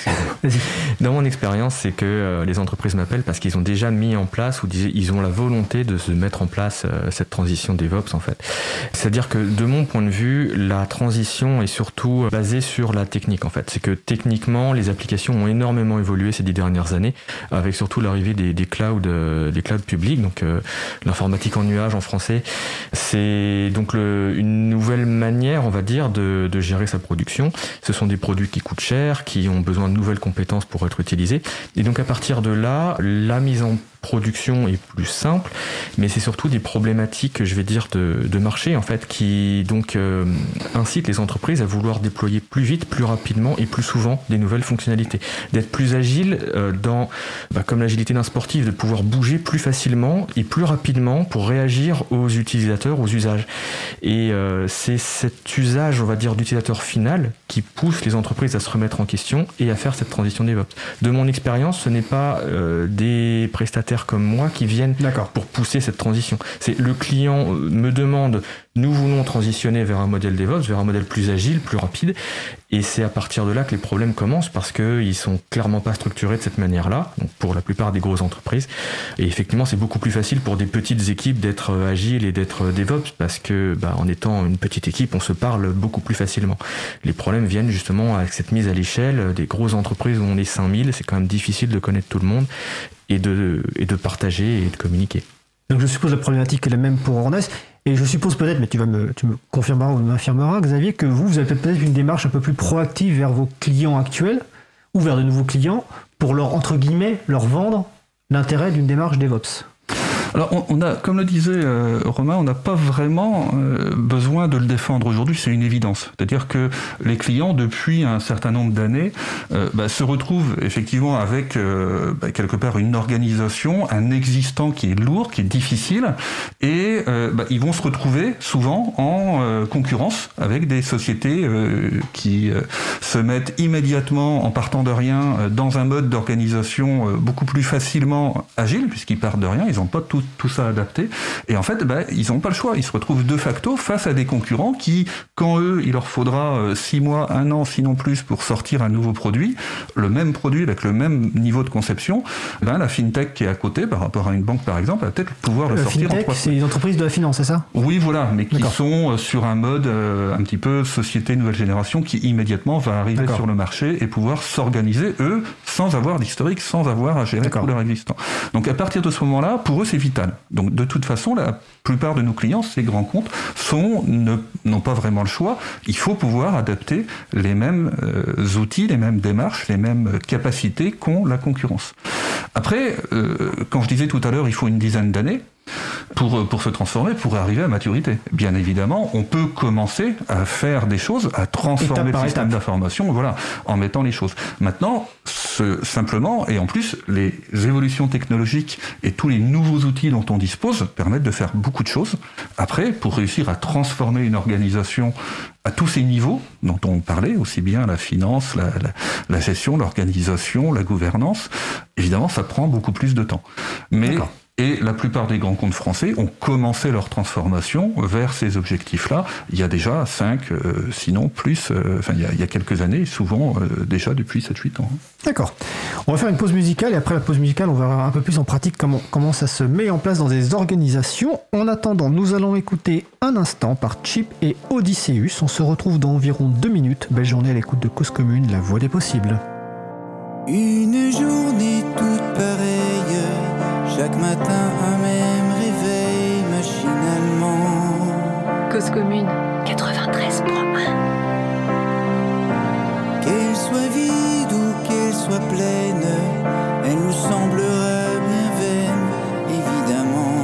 dans mon expérience, c'est que euh, les entreprises m'appellent parce qu'ils ont déjà mis en place ou ils ont la volonté de se mettre en place euh, cette transition DevOps, en fait. C'est-à-dire que de mon point de vue, la transition est surtout basée sur la technique, en fait. C'est que techniquement, les applications ont énormément évolué ces dix dernières années, avec surtout l'arrivée des, des clouds, euh, des clouds publics, donc euh, l'informatique en nuage en français. C'est donc le, une nouvelle manière, on va dire, de, de gérer sa production. Ce sont des produits qui coûtent cher, qui ont besoin de nouvelles compétences pour être utilisés. Et donc à partir de là, la mise en production est plus simple, mais c'est surtout des problématiques, je vais dire, de, de marché, en fait, qui donc euh, incitent les entreprises à vouloir déployer plus vite, plus rapidement et plus souvent des nouvelles fonctionnalités. D'être plus agile euh, dans, bah, comme l'agilité d'un sportif, de pouvoir bouger plus facilement et plus rapidement pour réagir aux utilisateurs, aux usages. Et euh, c'est cet usage, on va dire, d'utilisateur final qui pousse les entreprises à se remettre en question et à faire cette transition DevOps. De mon expérience, ce n'est pas euh, des prestataires comme moi qui viennent D'accord. pour pousser cette transition. C'est le client me demande, nous voulons transitionner vers un modèle DevOps, vers un modèle plus agile, plus rapide, et c'est à partir de là que les problèmes commencent parce qu'ils sont clairement pas structurés de cette manière-là, donc pour la plupart des grosses entreprises. Et effectivement, c'est beaucoup plus facile pour des petites équipes d'être agiles et d'être DevOps parce que, bah, en étant une petite équipe, on se parle beaucoup plus facilement. Les problèmes viennent justement avec cette mise à l'échelle des grosses entreprises où on est cinq mille, c'est quand même difficile de connaître tout le monde et de, et de partager et de communiquer. Donc je suppose la problématique est la même pour Ornes, et je suppose peut-être, mais tu vas me, tu me confirmeras ou m'infirmeras, Xavier, que vous, vous avez peut-être une démarche un peu plus proactive vers vos clients actuels, ou vers de nouveaux clients, pour leur, entre guillemets, leur vendre l'intérêt d'une démarche DevOps. Alors, on, on a, comme le disait euh, Romain, on n'a pas vraiment euh, besoin de le défendre aujourd'hui, c'est une évidence. C'est-à-dire que les clients, depuis un certain nombre d'années, euh, bah, se retrouvent effectivement avec euh, bah, quelque part une organisation, un existant qui est lourd, qui est difficile, et euh, bah, ils vont se retrouver souvent en euh, concurrence avec des sociétés euh, qui euh, se mettent immédiatement, en partant de rien, euh, dans un mode d'organisation euh, beaucoup plus facilement agile, puisqu'ils partent de rien, ils n'ont pas tout tout, tout ça adapté. Et en fait, bah, ils n'ont pas le choix. Ils se retrouvent de facto face à des concurrents qui, quand eux, il leur faudra six mois, un an, sinon plus, pour sortir un nouveau produit, le même produit avec le même niveau de conception, ben, la fintech qui est à côté, par rapport à une banque par exemple, va peut-être pouvoir le, le sortir fintech, en trois. C'est une entreprise de la finance, c'est ça ? Oui, voilà, mais qui D'accord. sont sur un mode euh, un petit peu société nouvelle génération qui immédiatement va arriver D'accord. sur le marché et pouvoir s'organiser, eux, sans avoir d'historique, sans avoir à gérer D'accord. tout leur existant. Donc à partir de ce moment-là, pour eux, c'est vital. Donc de toute façon, la plupart de nos clients, ces grands comptes, sont, ne, n'ont pas vraiment le choix. Il faut pouvoir adapter les mêmes euh, outils, les mêmes démarches, les mêmes capacités qu'ont la concurrence. Après, euh, quand je disais tout à l'heure, il faut une dizaine d'années, Pour, pour se transformer, pour arriver à maturité. Bien évidemment, on peut commencer à faire des choses, à transformer étape le système étape. d'information, voilà, en mettant les choses. Maintenant, ce, simplement, et en plus, les évolutions technologiques et tous les nouveaux outils dont on dispose permettent de faire beaucoup de choses. Après, pour réussir à transformer une organisation à tous ces niveaux dont on parlait, aussi bien la finance, la, la, la gestion, l'organisation, la gouvernance, évidemment, ça prend beaucoup plus de temps. Mais D'accord. Et la plupart des grands comptes français ont commencé leur transformation vers ces objectifs-là il y a déjà cinq, euh, sinon plus, euh, enfin il y, a, il y a quelques années, souvent euh, déjà depuis sept huit ans. D'accord. On va faire une pause musicale et après la pause musicale, on va voir un peu plus en pratique comment, comment ça se met en place dans des organisations. En attendant, nous allons écouter Un instant par Chip et Odysseus. On se retrouve dans environ deux minutes. Belle journée à l'écoute de Cause Commune, la voix des possibles. Une journée toute pareille, chaque matin un même réveil machinalement. Cause Commune quatre-vingt-treize point un. Qu'elle soit vide ou qu'elle soit pleine, elle nous semblera bien vaine, évidemment.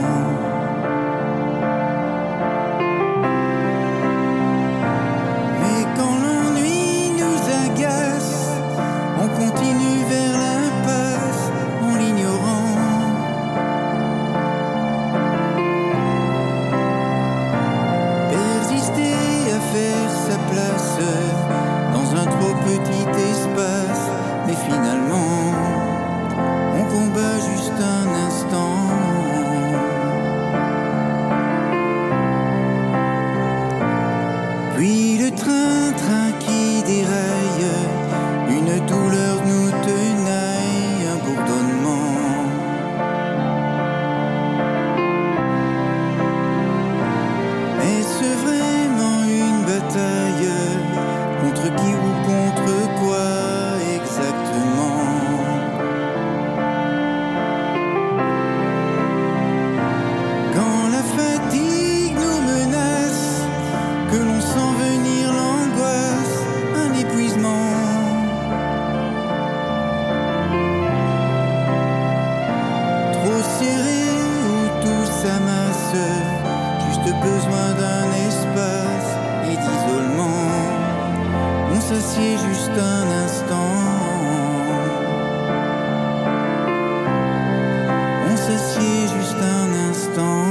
Mais quand l'ennui nous agace, on continue vers l'impasse en l'ignorant. Persister à faire sa place dans un trop petit espace, mais finalement on combat juste un instant. Puis le train-train qui déraille, une douleur nous tenaille, un bourdonnement. Est-ce vraiment une bataille? Contre qui ou contre quoi exactement? Quand la fatigue nous menace, que l'on sent venir l'angoisse, un épuisement. Trop serré ou tout s'amasse, juste besoin d'un espace et d'isolement. On s'assied juste un instant. On s'assied juste un instant.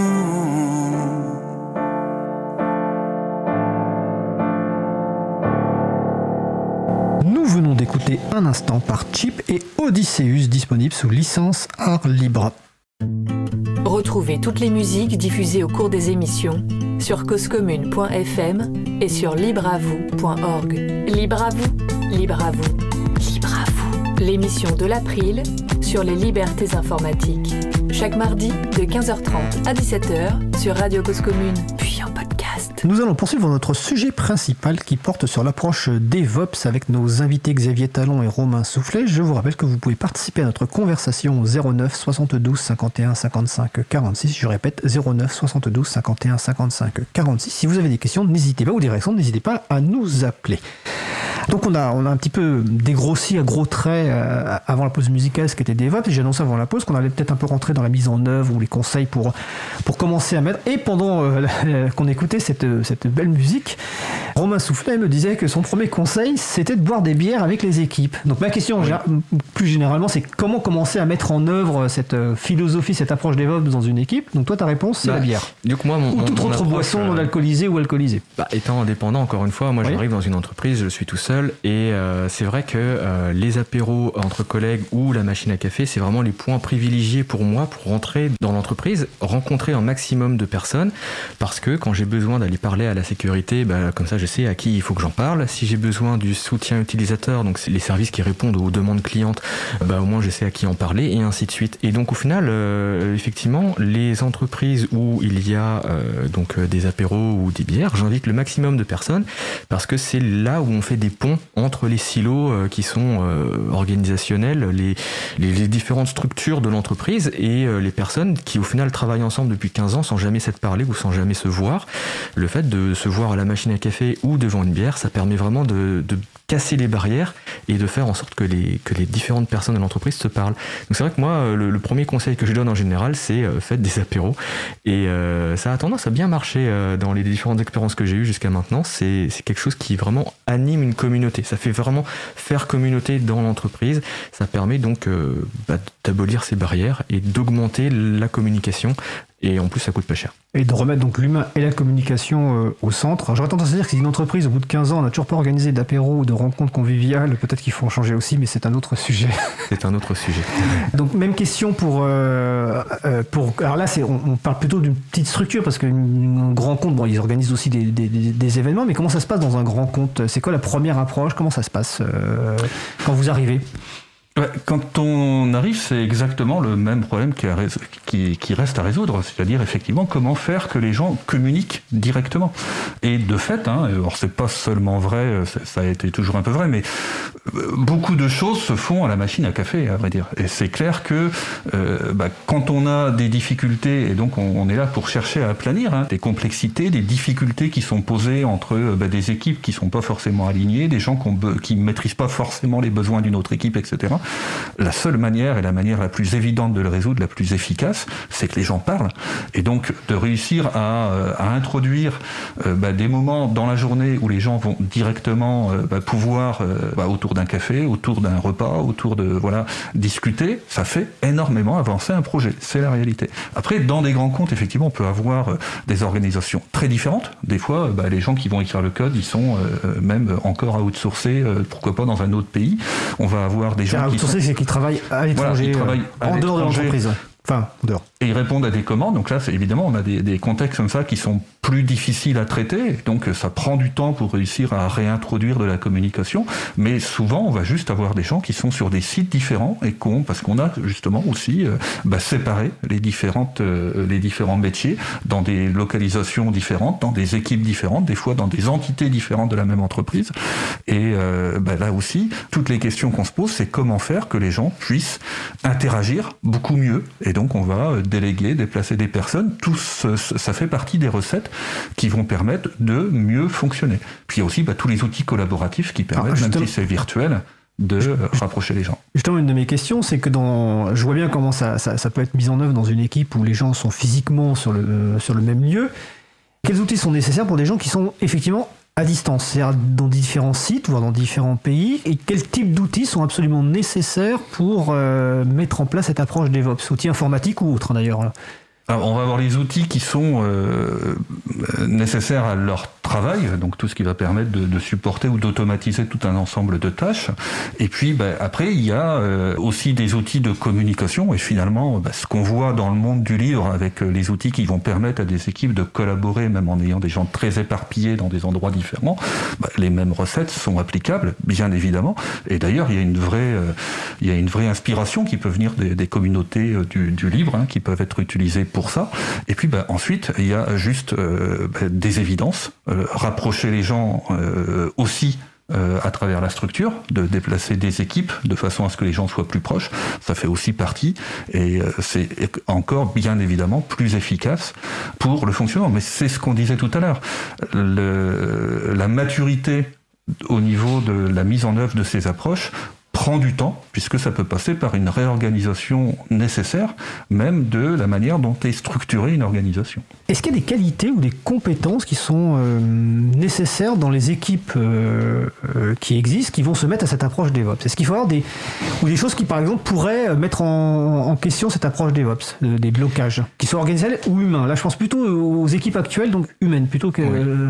Nous venons d'écouter Un instant par Chip et Odysseus, disponible sous licence art libre. Retrouvez toutes les musiques diffusées au cours des émissions sur cause commune point f m et sur libre à vous point org. Libre à vous, libre à vous, libre à vous. L'émission de l'April sur les libertés informatiques. Chaque mardi de quinze heures trente à dix-sept heures sur Radio Cause Commune, puis en podcast. Nous allons poursuivre notre sujet principal qui porte sur l'approche DevOps avec nos invités Xavier Talon et Romain Soufflet. Je vous rappelle que vous pouvez participer à notre conversation au zéro neuf soixante-douze cinquante et un cinquante-cinq quarante-six. Je répète, zéro neuf soixante-douze cinquante et un cinquante-cinq quarante-six. Si vous avez des questions, n'hésitez pas, ou des réactions, n'hésitez pas à nous appeler. Donc on a, on a un petit peu dégrossi à gros traits euh, avant la pause musicale ce qu'était DevOps, et j'ai annoncé avant la pause qu'on allait peut-être un peu rentrer dans la mise en œuvre ou les conseils pour, pour commencer à mettre. Et pendant euh, la, qu'on écoutait cette, cette belle musique, Romain Soufflet me disait que son premier conseil c'était de boire des bières avec les équipes. Donc ma question oui. plus généralement c'est comment commencer à mettre en œuvre cette philosophie, cette approche DevOps dans une équipe. Donc toi ta réponse c'est bah, la bière. Du coup, moi, mon, ou toute mon autre approche, boisson non euh, alcoolisée ou alcoolisée. Bah, étant indépendant, encore une fois, moi oui. j'arrive dans une entreprise, je suis tout seul. seul. Et euh, c'est vrai que euh, les apéros entre collègues ou la machine à café, c'est vraiment les points privilégiés pour moi pour rentrer dans l'entreprise, rencontrer un maximum de personnes, parce que quand j'ai besoin d'aller parler à la sécurité, bah, comme ça je sais à qui il faut que j'en parle. Si j'ai besoin du soutien utilisateur, donc c'est les services qui répondent aux demandes clientes, bah, au moins je sais à qui en parler, et ainsi de suite. Et donc au final, euh, effectivement, les entreprises où il y a euh, donc des apéros ou des bières, j'invite le maximum de personnes, parce que c'est là où on fait des ponts entre les silos euh, qui sont euh, organisationnels, les, les, les différentes structures de l'entreprise, et euh, les personnes qui au final travaillent ensemble depuis quinze ans sans jamais s'être parlé ou sans jamais se voir. Le fait de se voir à la machine à café ou devant une bière, ça permet vraiment de, de casser les barrières et de faire en sorte que les, que les différentes personnes de l'entreprise se parlent. Donc c'est vrai que moi, le, le premier conseil que je donne en général, c'est euh, faites des apéros. Et euh, ça a tendance à bien marcher euh, dans les différentes expériences que j'ai eues jusqu'à maintenant. C'est, c'est quelque chose qui vraiment anime une communauté. Ça fait vraiment faire communauté dans l'entreprise. Ça permet donc euh, bah, d'abolir ces barrières et d'augmenter la communication. Et en plus, ça coûte pas cher. Et de remettre donc l'humain et la communication euh, au centre. Alors, j'aurais tendance à dire que si une entreprise, au bout de quinze ans, n'a toujours pas organisé d'apéro ou de rencontres conviviales, peut-être qu'il faut en changer aussi, mais c'est un autre sujet. C'est un autre sujet. Donc, même question pour... Euh, euh, pour alors là, c'est, on, on parle plutôt d'une petite structure, parce qu'un grand compte, bon, ils organisent aussi des, des, des, des événements, mais comment ça se passe dans un grand compte ? C'est quoi la première approche ? Comment ça se passe euh, quand vous arrivez ? Ouais, quand on arrive, c'est exactement le même problème qui, a, qui, qui reste à résoudre, c'est-à-dire effectivement comment faire que les gens communiquent directement. Et de fait, hein, alors c'est pas seulement vrai, ça a été toujours un peu vrai, mais beaucoup de choses se font à la machine à café, à vrai dire. Et c'est clair que euh, bah, quand on a des difficultés, et donc on, on est là pour chercher à aplanir hein, des complexités, des difficultés qui sont posées entre bah, des équipes qui sont pas forcément alignées, des gens qui ne maîtrisent pas forcément les besoins d'une autre équipe, et cetera. La seule manière et la manière la plus évidente de le résoudre, la plus efficace, c'est que les gens parlent. Et donc de réussir à, à introduire euh, bah, des moments dans la journée où les gens vont directement euh, bah, pouvoir, euh, bah, autour d'un café, autour d'un repas, autour de voilà discuter, ça fait énormément avancer un projet. C'est la réalité. Après, dans des grands comptes, effectivement, on peut avoir euh, des organisations très différentes. Des fois, bah, les gens qui vont écrire le code, ils sont euh, même encore outsourcés, euh, pourquoi pas dans un autre pays. On va avoir des gens qui outsourcés, c'est qu'ils travaillent à l'étranger, voilà, euh, à en dehors de l'entreprise. Enfin, dehors. Et ils répondent à des commandes. Donc là, c'est évidemment, on a des, des contextes comme ça qui sont plus difficiles à traiter. Donc ça prend du temps pour réussir à réintroduire de la communication. Mais souvent, on va juste avoir des gens qui sont sur des sites différents et qu'on, parce qu'on a justement aussi euh, bah, séparé les différentes, euh, les différents métiers dans des localisations différentes, dans des équipes différentes, des fois dans des entités différentes de la même entreprise. Et euh, bah, là aussi, toutes les questions qu'on se pose, c'est comment faire que les gens puissent interagir beaucoup mieux. Et donc on va déléguer, déplacer des personnes. Tout ce, ça fait partie des recettes qui vont permettre de mieux fonctionner. Puis il y a aussi bah, tous les outils collaboratifs qui permettent, ah, même si c'est virtuel, de je, rapprocher les gens. Justement, une de mes questions, c'est que dans, je vois bien comment ça, ça, ça peut être mis en œuvre dans une équipe où les gens sont physiquement sur le, sur le même lieu. Quels outils sont nécessaires pour des gens qui sont effectivement à distance, c'est-à-dire dans différents sites, voire dans différents pays, et quels types d'outils sont absolument nécessaires pour euh, mettre en place cette approche DevOps, outils informatiques ou autres d'ailleurs? Alors, on va avoir les outils qui sont euh, nécessaires à leur travail, donc tout ce qui va permettre de, de supporter ou d'automatiser tout un ensemble de tâches. Et puis bah, après, il y a euh, aussi des outils de communication. Et finalement, bah, ce qu'on voit dans le monde du livre avec euh, les outils qui vont permettre à des équipes de collaborer, même en ayant des gens très éparpillés dans des endroits différents, bah, les mêmes recettes sont applicables, bien évidemment. Et d'ailleurs, il y a une vraie, euh, il y a une vraie inspiration qui peut venir des, des communautés euh, du, du livre, hein, qui peuvent être utilisées pour ça. Et puis bah, ensuite, il y a juste euh, bah, des évidences, euh, rapprocher les gens euh, aussi euh, à travers la structure, de déplacer des équipes de façon à ce que les gens soient plus proches, ça fait aussi partie, et euh, c'est encore bien évidemment plus efficace pour le fonctionnement. Mais c'est ce qu'on disait tout à l'heure, le, la maturité au niveau de la mise en œuvre de ces approches prend du temps, puisque ça peut passer par une réorganisation nécessaire, même de la manière dont est structurée une organisation. Est-ce qu'il y a des qualités ou des compétences qui sont euh, nécessaires dans les équipes euh, euh, qui existent, qui vont se mettre à cette approche DevOps? Est-ce qu'il faut avoir des, ou des choses qui, par exemple, pourraient mettre en, en question cette approche DevOps, euh, des blocages, qui soient organisationnels ou humains? Là, je pense plutôt aux équipes actuelles, donc humaines, plutôt que... Oui. Euh...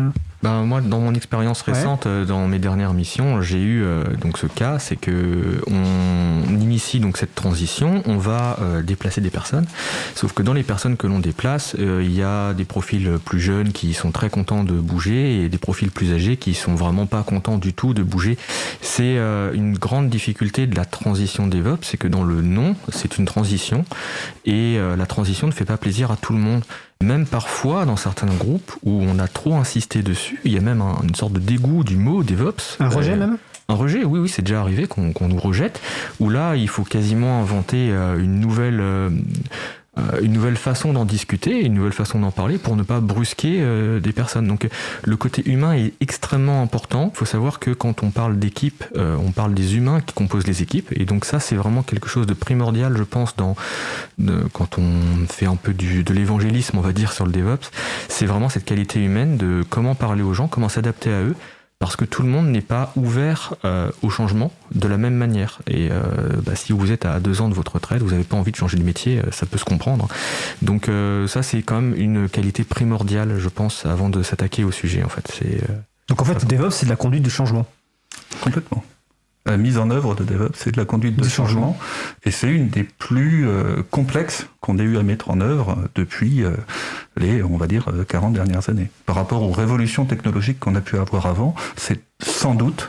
Ben, moi, dans mon expérience récente, ouais. euh, dans mes dernières missions, j'ai eu euh, donc ce cas, c'est que on initie donc cette transition, on va euh, déplacer des personnes, sauf que dans les personnes que l'on déplace, euh, il y a des profils plus jeunes qui sont très contents de bouger et des profils plus âgés qui sont vraiment pas contents du tout de bouger. C'est euh, une grande difficulté de la transition DevOps, c'est que dans le nom, c'est une transition et euh, la transition ne fait pas plaisir à tout le monde. Même parfois, dans certains groupes où on a trop insisté dessus, il y a même un, une sorte de dégoût du mot DevOps. Un rejet euh, même ? Un rejet, oui, oui, c'est déjà arrivé qu'on, qu'on nous rejette, où là, il faut quasiment inventer euh, une nouvelle... Euh, une nouvelle façon d'en discuter, une nouvelle façon d'en parler pour ne pas brusquer euh, des personnes. Donc le côté humain est extrêmement important. Il faut savoir que quand on parle d'équipe, euh, on parle des humains qui composent les équipes. Et donc ça, c'est vraiment quelque chose de primordial, je pense, dans, de, quand on fait un peu du, de l'évangélisme, on va dire, sur le DevOps. C'est vraiment cette qualité humaine de comment parler aux gens, comment s'adapter à eux. Parce que tout le monde n'est pas ouvert euh, au changement de la même manière. Et euh, bah, si vous êtes à deux ans de votre retraite, vous n'avez pas envie de changer de métier, ça peut se comprendre. Donc euh, ça, c'est quand même une qualité primordiale, je pense, avant de s'attaquer au sujet. En fait. C'est, euh, Donc en fait, le DevOps, c'est de la conduite du changement. Complètement. La mise en œuvre de DevOps, c'est de la conduite de changement, changement, et c'est une des plus euh, complexes qu'on ait eu à mettre en œuvre depuis euh, les, on va dire, quarante dernières années. Par rapport aux révolutions technologiques qu'on a pu avoir avant, c'est sans doute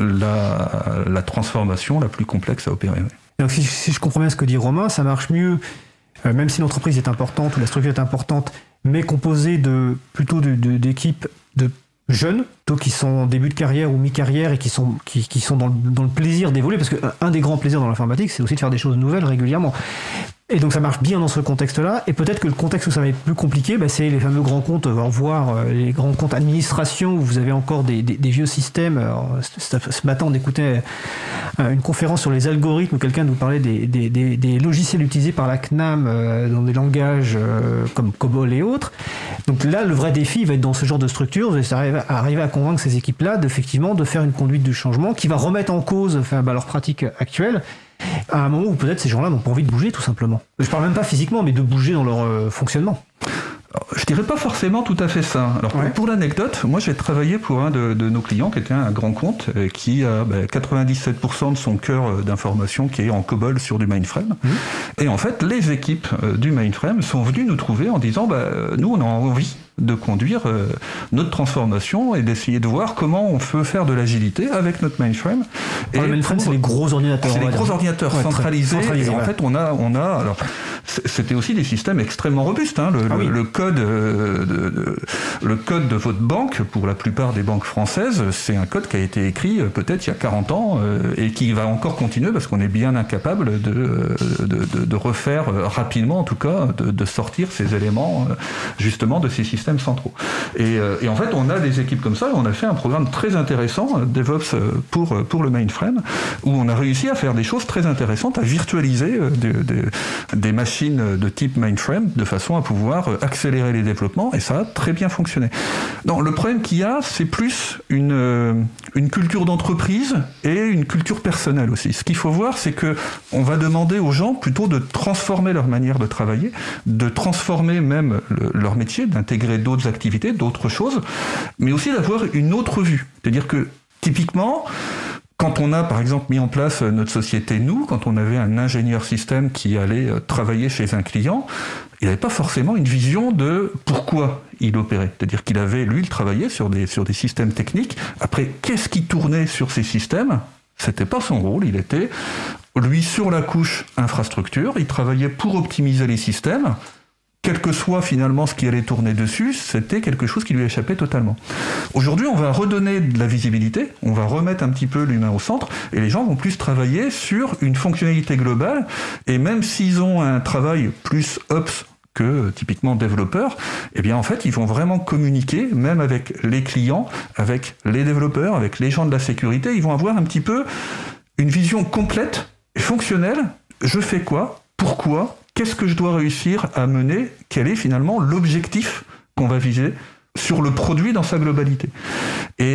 la, la transformation la plus complexe à opérer. Donc si, si je comprends bien ce que dit Romain, ça marche mieux, euh, même si l'entreprise est importante ou la structure est importante, mais composée de, plutôt de, de, d'équipes de jeunes, plutôt qui sont en début de carrière ou mi-carrière et qui sont, qui, qui sont dans, le, dans le plaisir d'évoluer, parce qu'un des grands plaisirs dans l'informatique, c'est aussi de faire des choses nouvelles régulièrement. Et donc ça marche bien dans ce contexte-là, et peut-être que le contexte où ça va être plus compliqué, bah, c'est les fameux grands comptes, voire les grands comptes administration, où vous avez encore des, des, des vieux systèmes. Alors, ce, ce matin, on écoutait une conférence sur les algorithmes, où quelqu'un nous parlait des, des, des, des logiciels utilisés par la C N A M euh, dans des langages euh, comme COBOL et autres. Donc là, le vrai défi va être dans ce genre de structure, vous allez arriver à convaincre ces équipes-là d'effectivement de faire une conduite du changement qui va remettre en cause enfin, bah, leurs pratiques actuelles, à un moment où peut-être ces gens-là n'ont pas envie de bouger tout simplement. Je parle même pas physiquement, mais de bouger dans leur euh, fonctionnement. Alors, je dirais pas forcément tout à fait ça. Alors ouais. Pour l'anecdote, moi j'ai travaillé pour un de, de nos clients qui était un grand compte euh, qui a bah, quatre-vingt-dix-sept pour cent de son cœur d'information qui est en COBOL sur du mainframe. Mmh. Et en fait, les équipes euh, du mainframe sont venues nous trouver en disant bah, nous on a envie de conduire euh, notre transformation et d'essayer de voir comment on peut faire de l'agilité avec notre mainframe. Et le mainframe, c'est les gros ordinateurs. C'est les gros ordinateurs ouais, centralisés. centralisés. Et en ouais. fait, on a, on a. Alors, c'était aussi des systèmes extrêmement robustes. Hein. Le, ah, le, oui. le code, euh, de, de, le code de votre banque, pour la plupart des banques françaises, c'est un code qui a été écrit euh, peut-être il y a quarante ans euh, et qui va encore continuer parce qu'on est bien incapable de, de, de, de refaire euh, rapidement, en tout cas, de, de sortir ces éléments euh, justement de ces systèmes centraux. Et, euh, et en fait, on a des équipes comme ça, on a fait un programme très intéressant, DevOps pour, pour le mainframe, où on a réussi à faire des choses très intéressantes, à virtualiser euh, des, des, des machines de type mainframe, de façon à pouvoir accélérer les développements, et ça a très bien fonctionné. Non, le problème qu'il y a, c'est plus une, euh, une culture d'entreprise et une culture personnelle aussi. Ce qu'il faut voir, c'est que on va demander aux gens plutôt de transformer leur manière de travailler, de transformer même le, leur métier, d'intégrer d'autres activités, d'autres choses, mais aussi d'avoir une autre vue. C'est-à-dire que, typiquement, quand on a, par exemple, mis en place notre société Nous, quand on avait un ingénieur système qui allait travailler chez un client, il n'avait pas forcément une vision de pourquoi il opérait. C'est-à-dire qu'il avait, lui, il travaillait sur des, sur des systèmes techniques. Après, qu'est-ce qui tournait sur ces systèmes ? C'était pas son rôle, il était, lui, sur la couche infrastructure, il travaillait pour optimiser les systèmes. Quel que soit finalement ce qui allait tourner dessus, c'était quelque chose qui lui échappait totalement. Aujourd'hui, on va redonner de la visibilité, on va remettre un petit peu l'humain au centre, et les gens vont plus travailler sur une fonctionnalité globale, et même s'ils ont un travail plus ops que typiquement développeurs, eh bien en fait, ils vont vraiment communiquer, même avec les clients, avec les développeurs, avec les gens de la sécurité, ils vont avoir un petit peu une vision complète et fonctionnelle. Je fais quoi ? Pourquoi ? Qu'est-ce que je dois réussir à mener ? Quel est finalement l'objectif qu'on va viser sur le produit dans sa globalité ? Et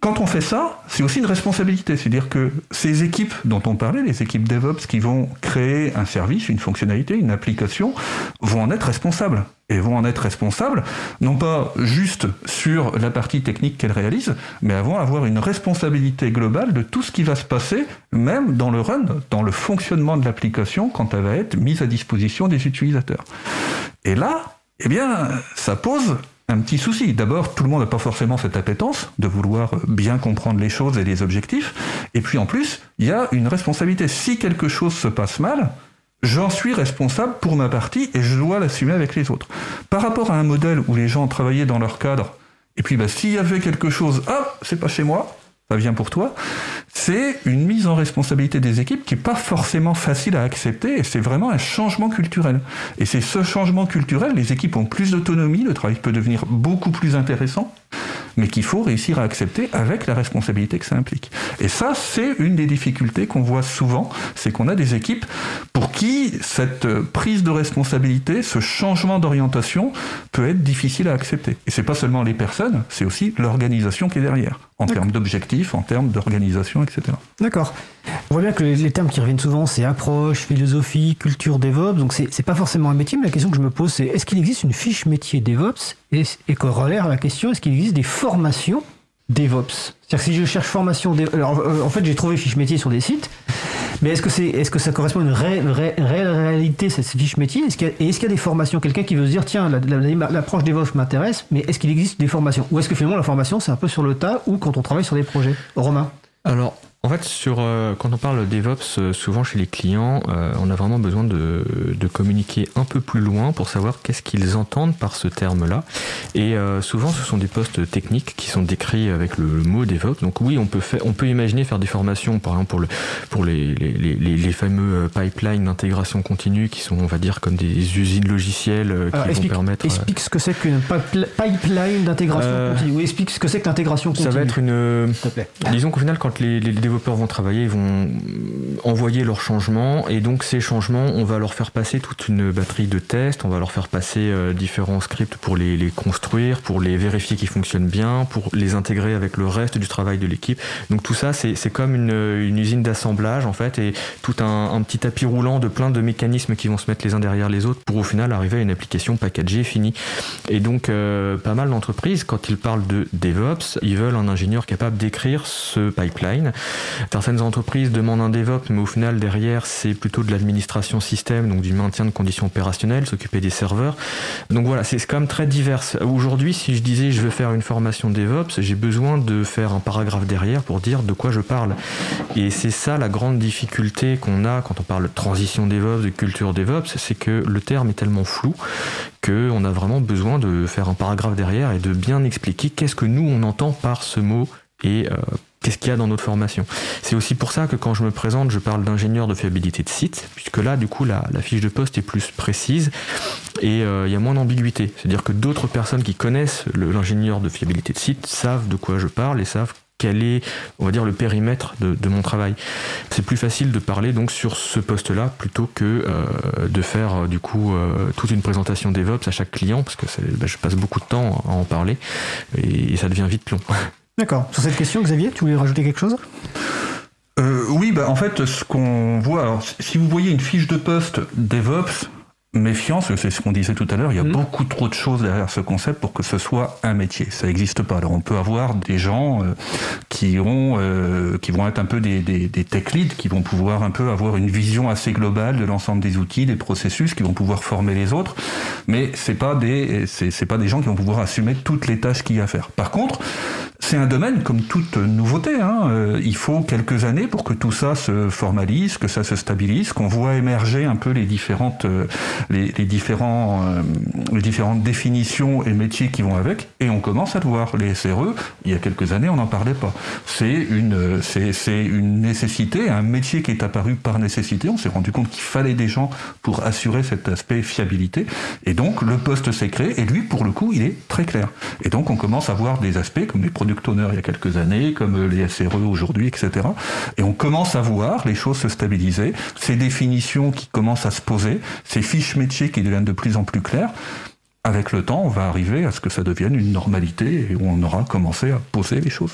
quand on fait ça, c'est aussi une responsabilité. C'est-à-dire que ces équipes dont on parlait, les équipes DevOps qui vont créer un service, une fonctionnalité, une application, vont en être responsables. Et vont en être responsables, non pas juste sur la partie technique qu'elles réalisent, mais vont avoir une responsabilité globale de tout ce qui va se passer, même dans le run, dans le fonctionnement de l'application, quand elle va être mise à disposition des utilisateurs. Et là, eh bien, ça pose un petit souci. D'abord, tout le monde n'a pas forcément cette appétence de vouloir bien comprendre les choses et les objectifs. Et puis en plus, il y a une responsabilité. Si quelque chose se passe mal, j'en suis responsable pour ma partie et je dois l'assumer avec les autres. Par rapport à un modèle où les gens travaillaient dans leur cadre, et puis bah, s'il y avait quelque chose, ah, c'est pas chez moi, ça vient pour toi, c'est une mise en responsabilité des équipes qui n'est pas forcément facile à accepter et c'est vraiment un changement culturel. Et c'est ce changement culturel, les équipes ont plus d'autonomie, le travail peut devenir beaucoup plus intéressant, mais qu'il faut réussir à accepter avec la responsabilité que ça implique. Et ça, c'est une des difficultés qu'on voit souvent, c'est qu'on a des équipes pour qui cette prise de responsabilité, ce changement d'orientation peut être difficile à accepter. Et c'est pas seulement les personnes, c'est aussi l'organisation qui est derrière, en D'accord. termes d'objectifs, en termes d'organisation, et cetera. D'accord. On voit bien que les termes qui reviennent souvent, c'est approche, philosophie, culture DevOps, donc c'est, c'est pas forcément un métier, mais la question que je me pose, c'est est-ce qu'il existe une fiche métier DevOps et, et corollaire à la question, est-ce qu'il existe des formations DevOps? C'est-à-dire que si je cherche formation DevOps, alors en fait j'ai trouvé fiche métier sur des sites, mais est-ce que, c'est, est-ce que ça correspond à une réelle, réelle, réelle réalité, cette fiche métier? Est-ce qu'il y a, et est-ce qu'il y a des formations? Quelqu'un qui veut se dire, tiens, la, la, l'approche DevOps m'intéresse, mais est-ce qu'il existe des formations? Ou est-ce que finalement la formation, c'est un peu sur le tas ou quand on travaille sur des projets? Romain? Alors, en fait, sur, euh, quand on parle de DevOps, euh, souvent chez les clients, euh, on a vraiment besoin de, de communiquer un peu plus loin pour savoir qu'est-ce qu'ils entendent par ce terme-là. Et euh, souvent, ce sont des postes techniques qui sont décrits avec le, le mot DevOps. Donc oui, on peut, faire, on peut imaginer faire des formations, par exemple pour, le, pour les, les, les, les fameux pipelines d'intégration continue qui sont, on va dire, comme des usines logicielles euh, qui Alors, vont explique, permettre... Explique ce que c'est qu'une pipeline d'intégration euh, continue. Oui, explique ce que c'est que l'intégration continue. Ça va être une... S'il te plaît. Disons qu'au final, quand les, les développeurs vont travailler, ils vont envoyer leurs changements et donc ces changements, on va leur faire passer toute une batterie de tests, on va leur faire passer euh, différents scripts pour les, les construire, pour les vérifier qu'ils fonctionnent bien, pour les intégrer avec le reste du travail de l'équipe. Donc tout ça, c'est, c'est comme une, une usine d'assemblage en fait et tout un, un petit tapis roulant de plein de mécanismes qui vont se mettre les uns derrière les autres pour au final arriver à une application packagée, finie. Et donc euh, pas mal d'entreprises, quand ils parlent de DevOps, ils veulent un ingénieur capable d'écrire ce pipeline. Certaines entreprises demandent un DevOps, mais au final, derrière, c'est plutôt de l'administration système, donc du maintien de conditions opérationnelles, s'occuper des serveurs. Donc voilà, c'est quand même très divers. Aujourd'hui, si je disais je veux faire une formation DevOps, j'ai besoin de faire un paragraphe derrière pour dire de quoi je parle. Et c'est ça la grande difficulté qu'on a quand on parle de transition DevOps, de culture DevOps, c'est que le terme est tellement flou qu'on a vraiment besoin de faire un paragraphe derrière et de bien expliquer qu'est-ce que nous, on entend par ce mot et euh, qu'est-ce qu'il y a dans notre formation. C'est aussi pour ça que quand je me présente, je parle d'ingénieur de fiabilité de site, puisque là, du coup, la, la fiche de poste est plus précise et euh, il y a moins d'ambiguïté. C'est-à-dire que d'autres personnes qui connaissent le, l'ingénieur de fiabilité de site savent de quoi je parle et savent quel est, on va dire, le périmètre de, de mon travail. C'est plus facile de parler donc sur ce poste-là plutôt que euh, de faire euh, du coup euh, toute une présentation DevOps à chaque client, parce que c'est, bah, je passe beaucoup de temps à en parler et, et ça devient vite long. D'accord. Sur cette question, Xavier, tu voulais rajouter quelque chose ? euh, Oui, bah, en fait, ce qu'on voit, alors, si vous voyez une fiche de poste DevOps, méfiance, c'est ce qu'on disait tout à l'heure, il y a mmh. beaucoup trop de choses derrière ce concept pour que ce soit un métier. Ça n'existe pas. Alors on peut avoir des gens euh, qui, ont, euh, qui vont être un peu des, des, des tech leads, qui vont pouvoir un peu avoir une vision assez globale de l'ensemble des outils, des processus, qui vont pouvoir former les autres, mais c'est pas des, c'est, c'est pas des gens qui vont pouvoir assumer toutes les tâches qu'il y a à faire. Par contre, c'est un domaine comme toute nouveauté. Hein. Euh, il faut quelques années pour que tout ça se formalise, que ça se stabilise, qu'on voit émerger un peu les différentes euh, Les, les, différents, euh, les différentes définitions et métiers qui vont avec, et on commence à le voir. Les S R E, il y a quelques années, on n'en parlait pas. C'est une, c'est, c'est une nécessité, un métier qui est apparu par nécessité. On s'est rendu compte qu'il fallait des gens pour assurer cet aspect fiabilité, et donc le poste s'est créé, et lui, pour le coup, il est très clair. Et donc on commence à voir des aspects comme les product owners il y a quelques années, comme les S R E aujourd'hui, et cetera. Et on commence à voir les choses se stabiliser, ces définitions qui commencent à se poser, ces fiches métiers qui deviennent de plus en plus clairs. Avec le temps, on va arriver à ce que ça devienne une normalité et où on aura commencé à poser les choses.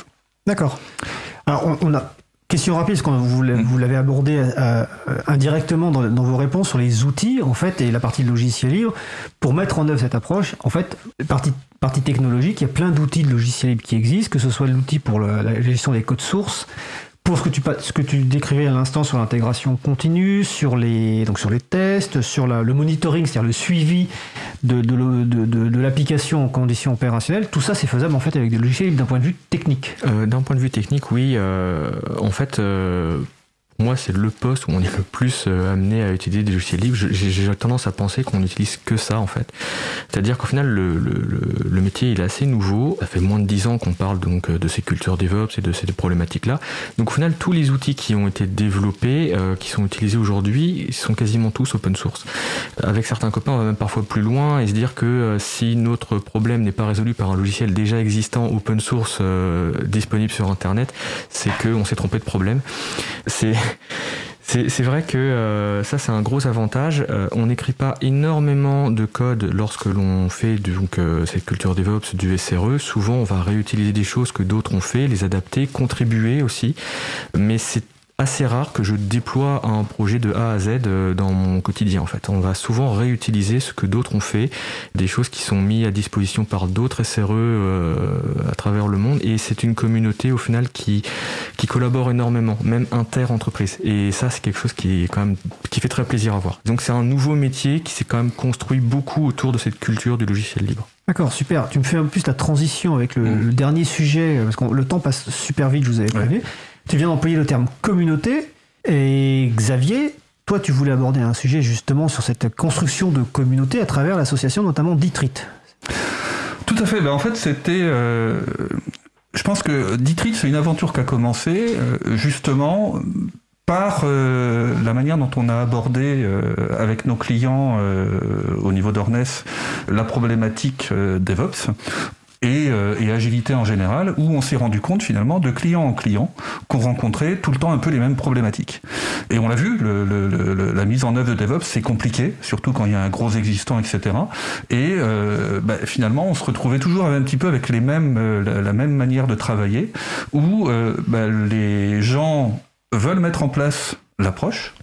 D'accord. Alors, on, on a... Question rapide, parce que vous, vous l'avez abordé euh, indirectement dans, dans vos réponses sur les outils, en fait, et la partie logiciel libre. Pour mettre en œuvre cette approche, en fait, partie, partie technologique, il y a plein d'outils de logiciel libre qui existent, que ce soit l'outil pour le, la gestion des codes sources, pour ce que tu, ce que tu décrivais à l'instant sur l'intégration continue, sur les, donc sur les tests, sur la, le monitoring, c'est-à-dire le suivi de, de, de, de, de l'application en conditions opérationnelles, tout ça c'est faisable en fait avec des logiciels libres d'un point de vue technique. Euh, d'un point de vue technique, oui. Euh, en fait, euh, moi c'est le poste où on est le plus euh, amené à utiliser des logiciels libres. J'ai, j'ai tendance à penser qu'on n'utilise que ça en fait. C'est-à-dire qu'au final le, le, le métier il est assez nouveau. Ça fait moins de dix ans qu'on parle donc de ces cultures DevOps et de ces problématiques-là. Donc au final tous les outils qui ont été développés, euh, qui sont utilisés aujourd'hui, sont quasiment tous open source. Avec certains copains, on va même parfois plus loin et se dire que euh, si notre problème n'est pas résolu par un logiciel déjà existant open source euh, disponible sur Internet, c'est qu'on s'est trompé de problème. C'est C'est, c'est vrai que euh, ça c'est un gros avantage. Euh, on n'écrit pas énormément de code lorsque l'on fait donc euh, cette culture DevOps du S R E. Souvent on va réutiliser des choses que d'autres ont fait, les adapter, contribuer aussi. Mais c'est assez rare que je déploie un projet de A à Z dans mon quotidien en fait. On va souvent réutiliser ce que d'autres ont fait, des choses qui sont mises à disposition par d'autres S R E euh, à travers le monde, et c'est une communauté au final qui, qui collabore énormément, même inter-entreprise, et ça c'est quelque chose qui est quand même qui fait très plaisir à voir. Donc c'est un nouveau métier qui s'est quand même construit beaucoup autour de cette culture du logiciel libre. D'accord, super. Tu me fais un peu plus la transition avec le, mmh. le dernier sujet, parce que le temps passe super vite, je vous avais prévenu. Ouais. Tu viens d'employer le terme communauté, et Xavier, toi tu voulais aborder un sujet justement sur cette construction de communauté à travers l'association notamment Ditrit. Tout à fait, ben en fait c'était... Euh, je pense que Ditrit c'est une aventure qui a commencé euh, justement par euh, la manière dont on a abordé euh, avec nos clients euh, au niveau d'Ornes la problématique euh, DevOps. Et, euh, et agilité en général, où on s'est rendu compte finalement de client en client qu'on rencontrait tout le temps un peu les mêmes problématiques. Et on l'a vu, le, le, le, la mise en œuvre de DevOps c'est compliqué, surtout quand il y a un gros existant, et cetera. Et euh, bah, finalement on se retrouvait toujours un petit peu avec les mêmes, euh, la, la même manière de travailler, où euh, bah, les gens veulent mettre en place l'approche,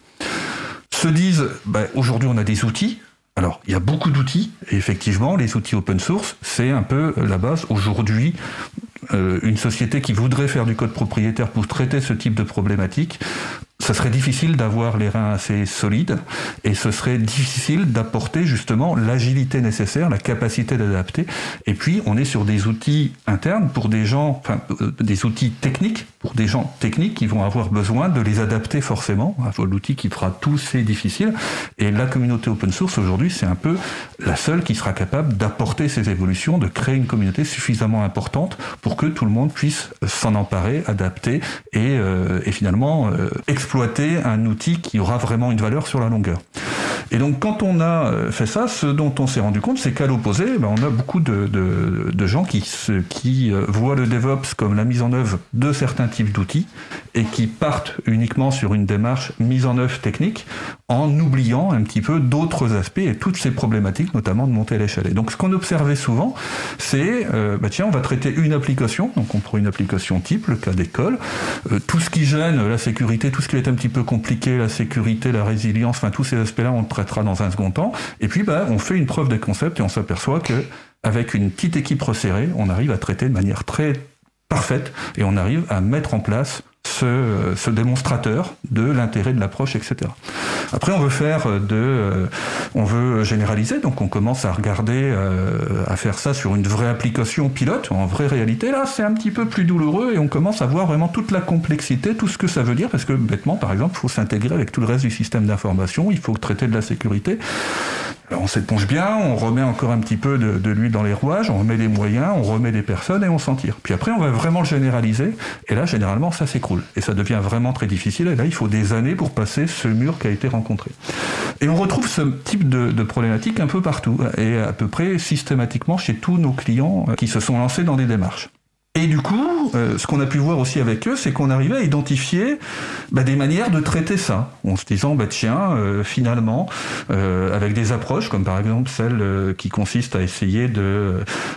se disent bah, aujourd'hui on a des outils. Alors, il y a beaucoup d'outils, et effectivement, les outils open source, c'est un peu la base. Aujourd'hui, euh, une société qui voudrait faire du code propriétaire pour traiter ce type de problématique, ça serait difficile d'avoir les reins assez solides, et ce serait difficile d'apporter justement l'agilité nécessaire, la capacité d'adapter. Et puis, on est sur des outils internes pour des gens, enfin, euh, des outils techniques, pour des gens techniques qui vont avoir besoin de les adapter forcément. L'outil qui fera tout, c'est difficile. Et la communauté open source, aujourd'hui, c'est un peu la seule qui sera capable d'apporter ces évolutions, de créer une communauté suffisamment importante pour que tout le monde puisse s'en emparer, adapter et, euh, et finalement euh, exploiter un outil qui aura vraiment une valeur sur la longueur. Et donc, quand on a fait ça, ce dont on s'est rendu compte, c'est qu'à l'opposé, ben, on a beaucoup de, de, de gens qui, se, qui voient le DevOps comme la mise en œuvre de certains types d'outils et qui partent uniquement sur une démarche mise en œuvre technique en oubliant un petit peu d'autres aspects et toutes ces problématiques, notamment de monter à l'échelle. Et donc, ce qu'on observait souvent, c'est, euh, bah tiens, on va traiter une application, donc on prend une application type, le cas d'école, euh, tout ce qui gêne la sécurité, tout ce qui est un petit peu compliqué, la sécurité, la résilience, enfin tous ces aspects-là, on le traitera dans un second temps. Et puis, bah, on fait une preuve de concept et on s'aperçoit que avec une petite équipe resserrée, on arrive à traiter de manière très parfaite et on arrive à mettre en place ce, ce démonstrateur de l'intérêt de l'approche, et cetera. Après, on veut faire de, euh, on veut généraliser, donc on commence à regarder, euh, à faire ça sur une vraie application pilote, en vraie réalité. Là, c'est un petit peu plus douloureux et on commence à voir vraiment toute la complexité, tout ce que ça veut dire, parce que bêtement, par exemple, il faut s'intégrer avec tout le reste du système d'information, il faut traiter de la sécurité. Alors, on s'éponge bien, on remet encore un petit peu de, de l'huile dans les rouages, on remet des moyens, on remet des personnes et on s'en tire. Puis après, on va vraiment le généraliser, et là, généralement, ça s'écroule. Et ça devient vraiment très difficile, et là, il faut des années pour passer ce mur qui a été rencontré. Et on retrouve ce type de, de problématique un peu partout, et à peu près systématiquement chez tous nos clients qui se sont lancés dans des démarches. Et du coup, euh, ce qu'on a pu voir aussi avec eux, c'est qu'on arrivait à identifier bah, des manières de traiter ça, en se disant, bah, tiens, euh, finalement, euh, avec des approches, comme par exemple celle euh, qui consiste à essayer de,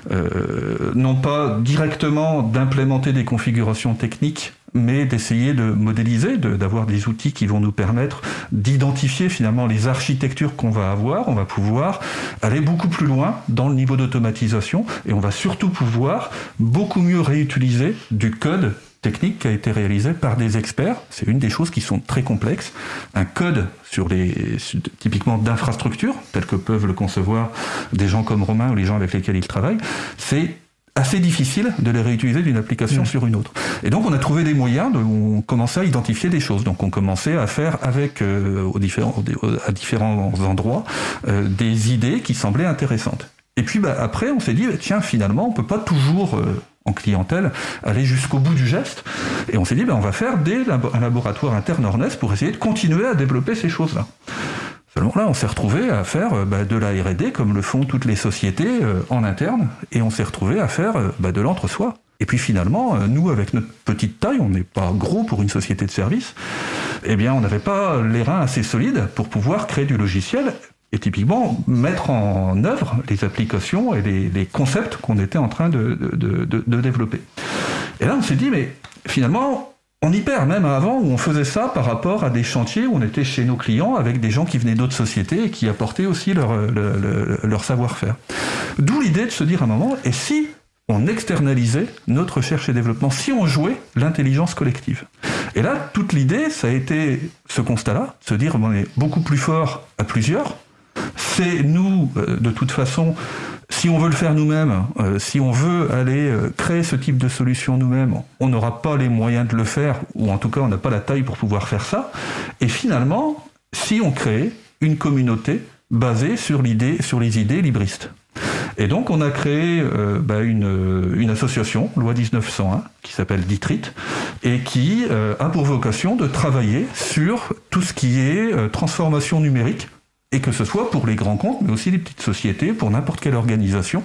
euh, non pas directement d'implémenter des configurations techniques, mais d'essayer de modéliser, de, d'avoir des outils qui vont nous permettre d'identifier finalement les architectures qu'on va avoir. On va pouvoir aller beaucoup plus loin dans le niveau d'automatisation et on va surtout pouvoir beaucoup mieux réutiliser du code technique qui a été réalisé par des experts. C'est une des choses qui sont très complexes. Un code sur les, typiquement d'infrastructures, tels que peuvent le concevoir des gens comme Romain ou les gens avec lesquels il travaille, c'est assez difficile de les réutiliser d'une application mmh. sur une autre. Et donc on a trouvé des moyens, de, on commençait à identifier des choses. Donc on commençait à faire avec, euh, aux différents, à différents endroits, euh, des idées qui semblaient intéressantes. Et puis bah, après on s'est dit, tiens finalement on peut pas toujours... Euh, en clientèle, aller jusqu'au bout du geste. Et on s'est dit, ben, on va faire des labo- un laboratoire interne Ornest pour essayer de continuer à développer ces choses-là. Seulement là, on s'est retrouvé à faire bah, de la R et D comme le font toutes les sociétés euh, en interne, et on s'est retrouvé à faire euh, bah, de l'entre-soi. Et puis finalement, euh, nous, avec notre petite taille, on n'est pas gros pour une société de service, eh bien, on n'avait pas les reins assez solides pour pouvoir créer du logiciel et typiquement mettre en œuvre les applications et les, les concepts qu'on était en train de, de, de, de développer. Et là, on s'est dit, mais finalement, on y perd, même avant où on faisait ça par rapport à des chantiers où on était chez nos clients avec des gens qui venaient d'autres sociétés et qui apportaient aussi leur, leur, leur, leur savoir-faire. D'où l'idée de se dire à un moment, et si on externalisait notre recherche et développement, si on jouait l'intelligence collective? Et là, toute l'idée, ça a été ce constat-là, se dire on est beaucoup plus fort à plusieurs. C'est nous, de toute façon, si on veut le faire nous-mêmes, euh, si on veut aller euh, créer ce type de solution nous-mêmes, on n'aura pas les moyens de le faire, ou en tout cas on n'a pas la taille pour pouvoir faire ça. Et finalement, si on crée une communauté basée sur l'idée, sur les idées libristes. Et donc on a créé euh, bah, une, une association, loi dix-neuf cent un, qui s'appelle DITRIT, et qui euh, a pour vocation de travailler sur tout ce qui est euh, transformation numérique, et que ce soit pour les grands comptes, mais aussi les petites sociétés, pour n'importe quelle organisation,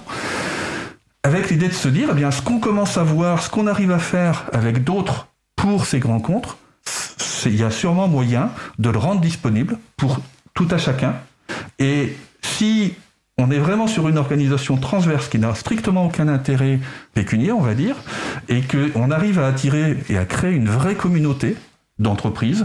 avec l'idée de se dire, eh bien, ce qu'on commence à voir, ce qu'on arrive à faire avec d'autres pour ces grands comptes, il y a sûrement moyen de le rendre disponible pour tout à chacun. Et si on est vraiment sur une organisation transverse qui n'a strictement aucun intérêt pécuniaire, on va dire, et qu'on arrive à attirer et à créer une vraie communauté d'entreprises,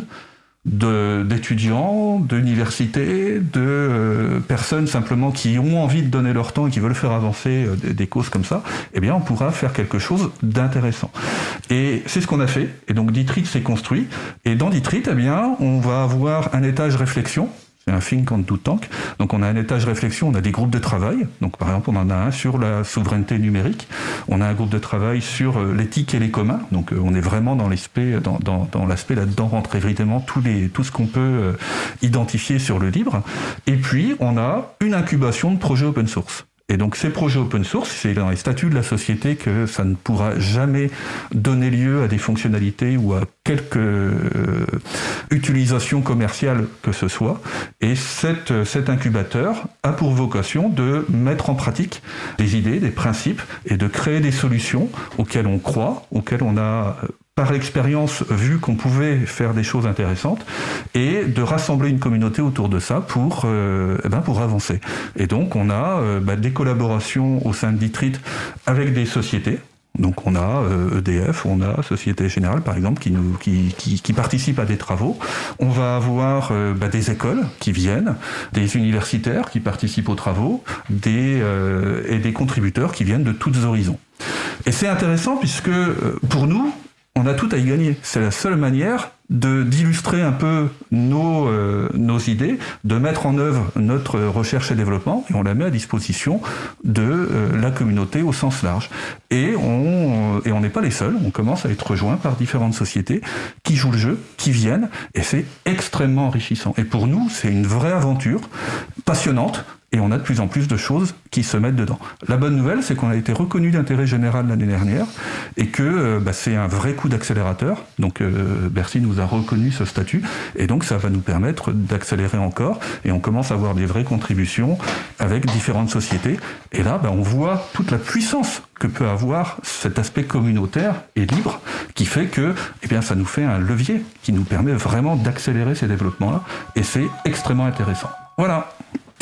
De, d'étudiants, d'universités, de euh, personnes simplement qui ont envie de donner leur temps et qui veulent faire avancer euh, des, des causes comme ça, eh bien on pourra faire quelque chose d'intéressant. Et c'est ce qu'on a fait. Et donc DITRIT s'est construit. Et dans DITRIT, eh bien, on va avoir un étage réflexion. C'est un think and do tank. Donc on a un étage réflexion, on a des groupes de travail. Donc par exemple, on en a un sur la souveraineté numérique. On a un groupe de travail sur l'éthique et les communs. Donc on est vraiment dans l'aspect, dans, dans, dans l'aspect là-dedans rentre évidemment tous les, tout ce qu'on peut identifier sur le libre. Et puis on a une incubation de projets open source. Et donc ces projets open source, c'est dans les statuts de la société que ça ne pourra jamais donner lieu à des fonctionnalités ou à quelque euh, utilisation commerciale que ce soit. Et cette, cet incubateur a pour vocation de mettre en pratique des idées, des principes et de créer des solutions auxquelles on croit, auxquelles on a par l'expérience vu qu'on pouvait faire des choses intéressantes et de rassembler une communauté autour de ça pour, euh, eh ben pour avancer. Et donc on a euh, bah, des collaborations au sein de DITRIT avec des sociétés. Donc on a euh, E D F, on a Société Générale par exemple qui, nous, qui, qui, qui participent à des travaux. On va avoir euh, bah, des écoles qui viennent, des universitaires qui participent aux travaux, des, euh, et des contributeurs qui viennent de tous horizons. Et c'est intéressant puisque euh, pour nous, on a tout à y gagner. C'est la seule manière de, d'illustrer un peu nos, euh, nos idées, de mettre en œuvre notre recherche et développement, et on la met à disposition de euh, la communauté au sens large. Et on et on n'est pas les seuls, on commence à être rejoints par différentes sociétés qui jouent le jeu, qui viennent, et c'est extrêmement enrichissant. Et pour nous, c'est une vraie aventure, passionnante, et on a de plus en plus de choses qui se mettent dedans. La bonne nouvelle, c'est qu'on a été reconnu d'intérêt général l'année dernière et que euh, bah, c'est un vrai coup d'accélérateur. Donc euh, Bercy nous a reconnu ce statut et donc ça va nous permettre d'accélérer encore et on commence à avoir des vraies contributions avec différentes sociétés. Et là, bah, on voit toute la puissance que peut avoir cet aspect communautaire et libre qui fait que eh bien, ça nous fait un levier qui nous permet vraiment d'accélérer ces développements-là et c'est extrêmement intéressant. Voilà.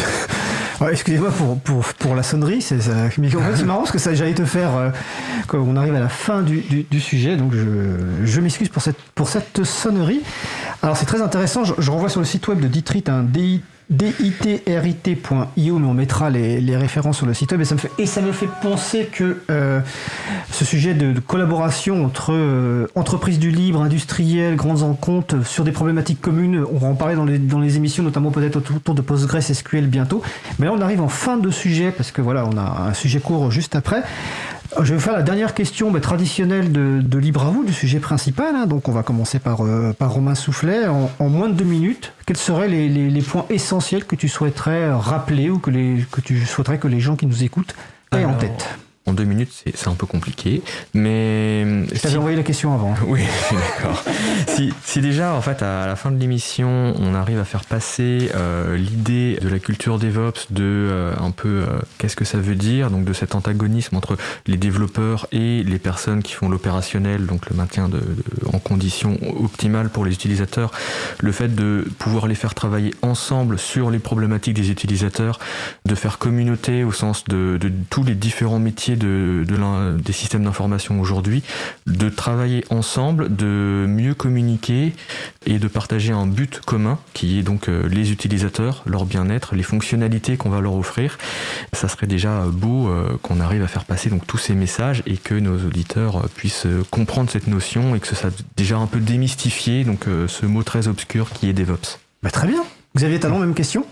Ouais, excusez-moi pour, pour, pour la sonnerie, c'est, ça, mais en fait, c'est marrant parce que ça, j'allais te faire euh, quand on arrive à la fin du, du, du sujet, donc je, je m'excuse pour cette, pour cette sonnerie. Alors c'est très intéressant, je, je renvoie sur le site web de Ditrit, un D I T R I T point I O, mais on mettra les, les références sur le site web et ça me fait, et ça me fait penser que euh, ce sujet de, de collaboration entre euh, entreprises du libre, industriels, grandes encotres sur des problématiques communes, on va en parler dans les, dans les émissions, notamment peut-être autour de PostgreSQL bientôt, mais là on arrive en fin de sujet parce que voilà, on a un sujet court juste après. Je vais vous faire la dernière question bah, traditionnelle de, de Libre à vous, du sujet principal. Hein. Donc on va commencer par, euh, par Romain Soufflet. En, en moins de deux minutes, quels seraient les, les, les points essentiels que tu souhaiterais rappeler ou que, les, que tu souhaiterais que les gens qui nous écoutent aient Alors, en tête ? En deux minutes, c'est, c'est un peu compliqué, mais... Je t'avais si... envoyé la question avant. Oui, d'accord. si, si déjà, en fait, à la fin de l'émission, on arrive à faire passer euh, l'idée de la culture DevOps, de euh, un peu euh, qu'est-ce que ça veut dire, donc de cet antagonisme entre les développeurs et les personnes qui font l'opérationnel, donc le maintien de, de, en conditions optimales pour les utilisateurs, le fait de pouvoir les faire travailler ensemble sur les problématiques des utilisateurs, de faire communauté au sens de, de tous les différents métiers De, de des systèmes d'information aujourd'hui, de travailler ensemble, de mieux communiquer et de partager un but commun qui est donc euh, les utilisateurs, leur bien-être, les fonctionnalités qu'on va leur offrir. Ça serait déjà beau euh, qu'on arrive à faire passer donc tous ces messages et que nos auditeurs euh, puissent euh, comprendre cette notion et que ça déjà un peu démystifier donc euh, ce mot très obscur qui est DevOps. Bah, très bien. Xavier Talon, même question.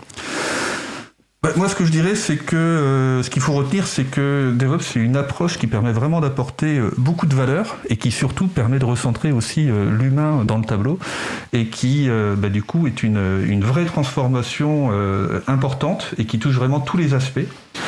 Bah, moi, ce que je dirais, c'est que euh, ce qu'il faut retenir, c'est que DevOps, c'est une approche qui permet vraiment d'apporter euh, beaucoup de valeur et qui surtout permet de recentrer aussi euh, l'humain dans le tableau et qui, euh, bah, du coup, est une, une vraie transformation euh, importante et qui touche vraiment tous les aspects.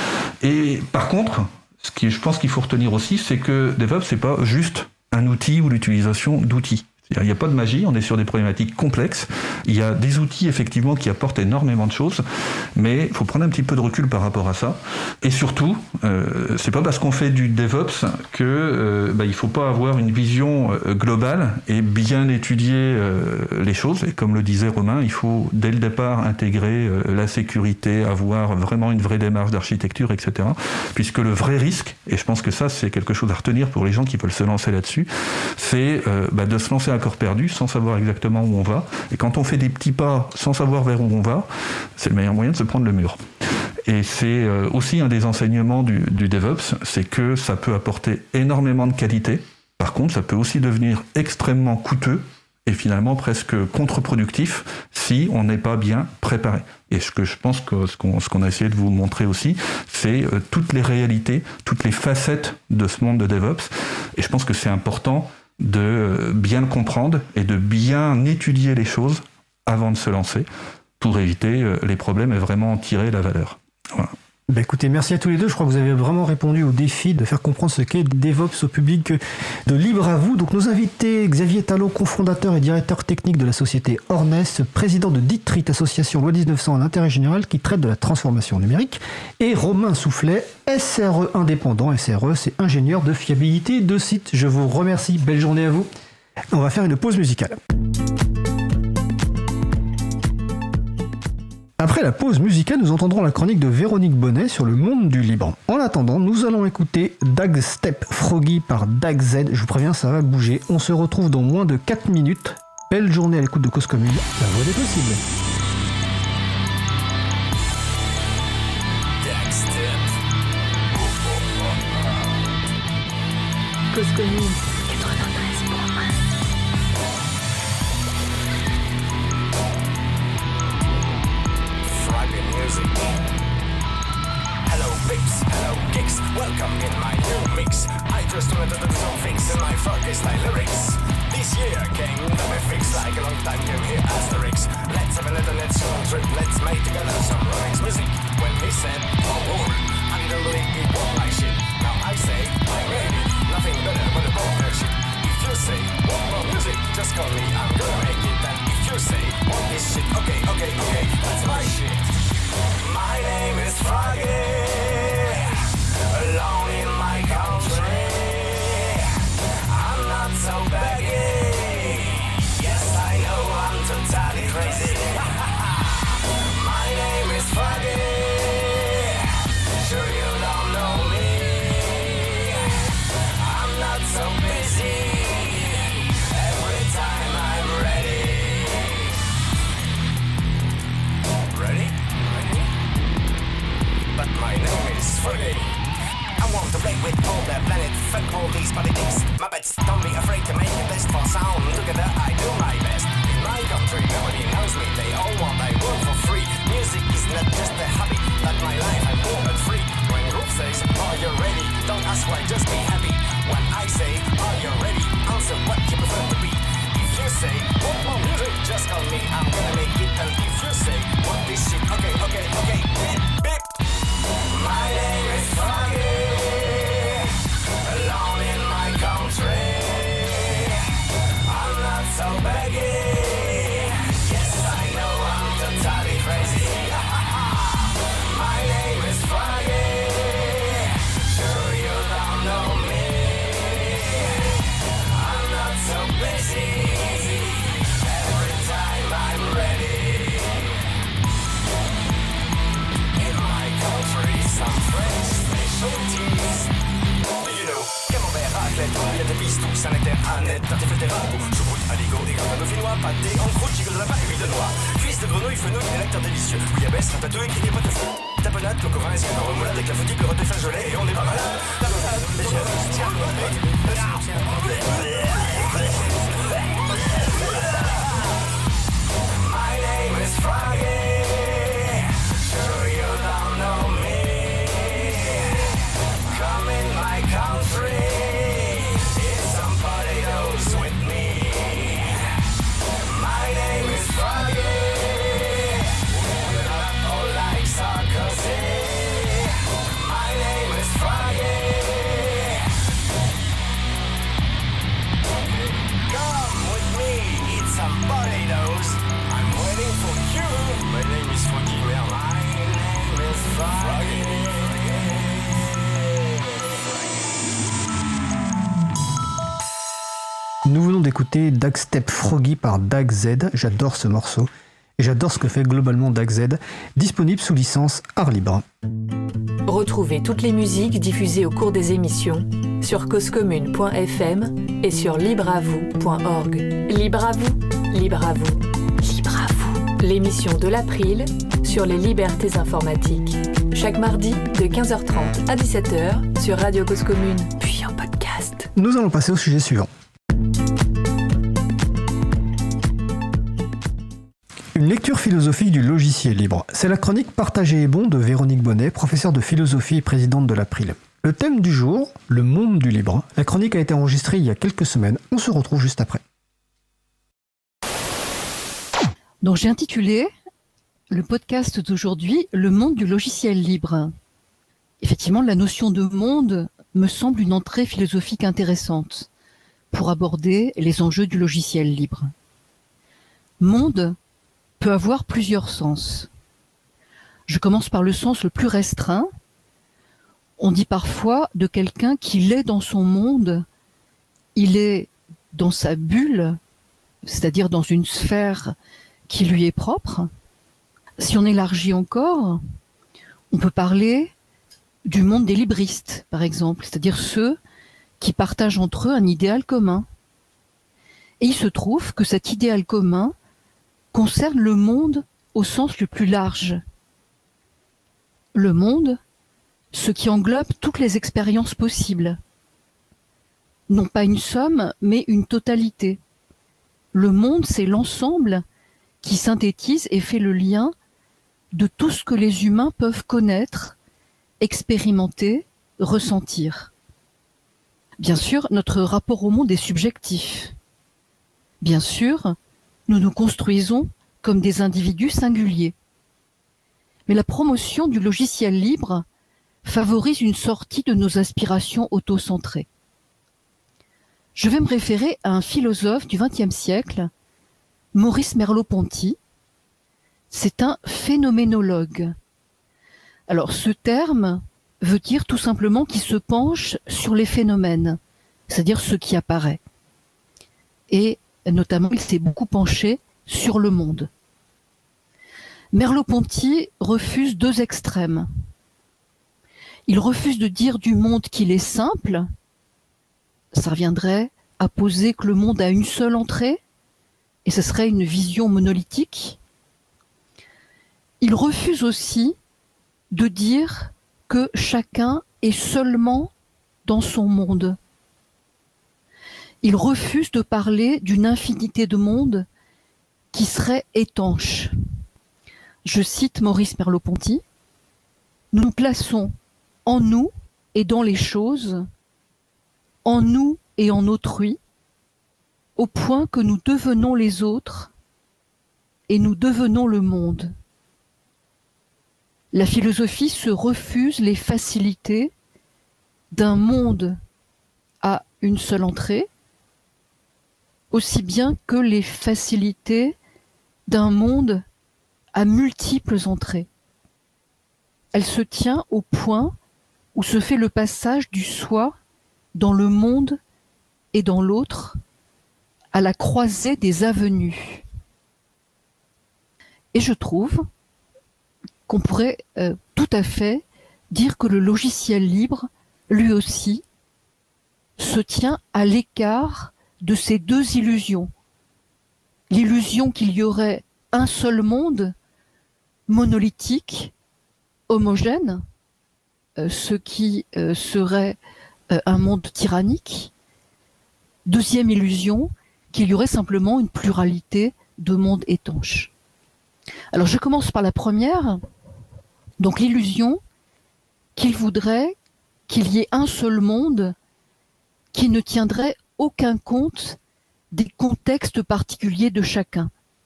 Et par contre, ce qui, je pense qu'il faut retenir aussi, c'est que DevOps, c'est pas juste un outil ou l'utilisation d'outils. Il n'y a pas de magie, on est sur des problématiques complexes. Il y a des outils, effectivement, qui apportent énormément de choses, mais il faut prendre un petit peu de recul par rapport à ça. Et surtout, euh, c'est pas parce qu'on fait du DevOps que euh, bah, il faut pas avoir une vision euh, globale et bien étudier euh, les choses. Et comme le disait Romain, il faut, dès le départ, intégrer euh, la sécurité, avoir vraiment une vraie démarche d'architecture, et cetera. Puisque le vrai risque, et je pense que ça, c'est quelque chose à retenir pour les gens qui veulent se lancer là-dessus, c'est euh, bah, de se lancer à corps perdu, sans savoir exactement où on va. Et quand on fait des petits pas sans savoir vers où on va, c'est le meilleur moyen de se prendre le mur. Et c'est aussi un des enseignements du, du DevOps, c'est que ça peut apporter énormément de qualité. Par contre, ça peut aussi devenir extrêmement coûteux et finalement presque contre-productif si on n'est pas bien préparé. Et ce que je pense que ce qu'on, ce qu'on a essayé de vous montrer aussi, c'est euh, toutes les réalités, toutes les facettes de ce monde de DevOps. Et je pense que c'est important de bien le comprendre et de bien étudier les choses avant de se lancer pour éviter les problèmes et vraiment en tirer la valeur. Voilà. Bah écoutez, merci à tous les deux. Je crois que vous avez vraiment répondu au défi de faire comprendre ce qu'est DevOps au public de Libre à vous. Donc nos invités, Xavier Talon, cofondateur et directeur technique de la société Ornes, président de Ditrit, association loi dix-neuf cents à l'intérêt général qui traite de la transformation numérique, et Romain Soufflet, S R E indépendant. S R E, c'est ingénieur de fiabilité de site. Je vous remercie. Belle journée à vous. On va faire une pause musicale. Après la pause musicale, nous entendrons la chronique de Véronique Bonnet sur le monde du libre. En attendant, nous allons écouter Dag Step Froggy par Dag Z. Je vous préviens, ça va bouger. On se retrouve dans moins de quatre minutes. Belle journée à l'écoute de Cause Commune, la voix des possibles. Cause Commune quatre-vingt-treize point un. Hello babes, hello geeks, welcome in my new mix. I just wanted to do some things in my funky style lyrics. The This year king, let me fix like a long time you hear Asterix. Let's have a little let's road trip, let's make together some remix music. When he said, oh Lord, I didn't believe it was my shit. Now I say, I made it, nothing better but a bullshit. If you say, want more music, just call me, I'm gonna make it. And if you say, want this shit, okay, okay, okay, that's my shit. My name is Froggy, alone in my country. I'm not so baggy, yes I know I'm totally crazy. My name is Froggy, sure you don't know me. I'm not so busy, every time I'm ready. Ready? Ready? But my name is Froggy. I want to play with all the planet, fuck all these politics. Muppets, don't be afraid to make the best for sound. Together I do my best. In my country, nobody knows me. They all want I work for free. Music is not just a hobby, but my life I warm and free. When Roof says, are you ready? Don't ask why, just be happy. When I say, are you ready? Answer what you prefer to be. If you say, want more music, just call me, I'm gonna make it. And if you say, want this shit, okay, okay, okay, beep, beep. My name is Froggy, alone in my country. I'm not so baggy, yes I know I'm totally crazy. My name is Froggy, sure you don't know me. I'm not so busy, every time I'm ready. In my country, some French specialties. You know, camembert, raclette, combien de pistes, tous un éther, Annette, tartiflette et ragoût, choucroute, aligot, et gratin dauphinois, pâté, en croûte, gigot de lapin et huile de noix, cuisse de grenouille, fenouil, et nectar délicieux, bouillabaisse, ratatouille, grillé, pot de fou, tapenade, coco vin, escargot, remoulade, avec la foutique, le rôti flageolet, et on est pas malade. My name is Froggy, sure you don't know me. Come in my country, eat some potatoes with me. My name is Froggy, we're not all like Sarkozy. My name is Froggy. Come with me, eat some potatoes. I'm waiting for you. My name is Froggy, well, my name is Froggy. Nous venons d'écouter Dag Step Froggy par Dag Z. J'adore ce morceau et j'adore ce que fait globalement Dag Z, disponible sous licence art libre. Retrouvez toutes les musiques diffusées au cours des émissions sur cause commune point f m et sur libre à vous point org. Libre à vous, libre à vous, libre à vous. L'émission de l'April sur les libertés informatiques. Chaque mardi de quinze heures trente à dix-sept heures sur Radio Cause Commune, puis en podcast. Nous allons passer au sujet suivant. Une lecture philosophique du logiciel libre. C'est la chronique Partagé et bon de Véronique Bonnet, professeure de philosophie et présidente de l'April. Le thème du jour, le monde du libre. La chronique a été enregistrée il y a quelques semaines. On se retrouve juste après. Donc j'ai intitulé le podcast d'aujourd'hui « Le monde du logiciel libre ». Effectivement, la notion de monde me semble une entrée philosophique intéressante pour aborder les enjeux du logiciel libre. Monde peut avoir plusieurs sens. Je commence par le sens le plus restreint. On dit parfois de quelqu'un qu'il est dans son monde, il est dans sa bulle, c'est-à-dire dans une sphère qui lui est propre. Si on élargit encore, on peut parler du monde des libristes, par exemple, c'est-à-dire ceux qui partagent entre eux un idéal commun. Et il se trouve que cet idéal commun concerne le monde au sens le plus large. Le monde, ce qui englobe toutes les expériences possibles. Non pas une somme, mais une totalité. Le monde, c'est l'ensemble qui synthétise et fait le lien de tout ce que les humains peuvent connaître, expérimenter, ressentir. Bien sûr, notre rapport au monde est subjectif. Bien sûr, nous nous construisons comme des individus singuliers. Mais la promotion du logiciel libre favorise une sortie de nos aspirations autocentrées. Je vais me référer à un philosophe du vingtième siècle, Maurice Merleau-Ponty. C'est un phénoménologue. Alors, ce terme veut dire tout simplement qu'il se penche sur les phénomènes, c'est-à-dire ce qui apparaît. Et notamment, il s'est beaucoup penché sur le monde. Merleau-Ponty refuse deux extrêmes. Il refuse de dire du monde qu'il est simple, ça reviendrait à poser que le monde a une seule entrée, et ce serait une vision monolithique. Il refuse aussi de dire que chacun est seulement dans son monde. Il refuse de parler d'une infinité de mondes qui seraient étanches. Je cite Maurice Merleau-Ponty, « Nous nous plaçons en nous et dans les choses, en nous et en autrui, au point que nous devenons les autres et nous devenons le monde. La philosophie se refuse les facilités d'un monde à une seule entrée, aussi bien que les facilités d'un monde à multiples entrées. Elle se tient au point où se fait le passage du soi dans le monde et dans l'autre, à la croisée des avenues. » Et je trouve qu'on pourrait euh, tout à fait dire que le logiciel libre, lui aussi, se tient à l'écart de ces deux illusions. L'illusion qu'il y aurait un seul monde, monolithique, homogène, euh, ce qui euh, serait euh, un monde tyrannique. Deuxième illusion, qu'il y aurait simplement une pluralité de mondes étanches. Alors je commence par la première, donc l'illusion qu'il voudrait qu'il y ait un seul monde qui ne tiendrait aucun compte des contextes particuliers de chacun.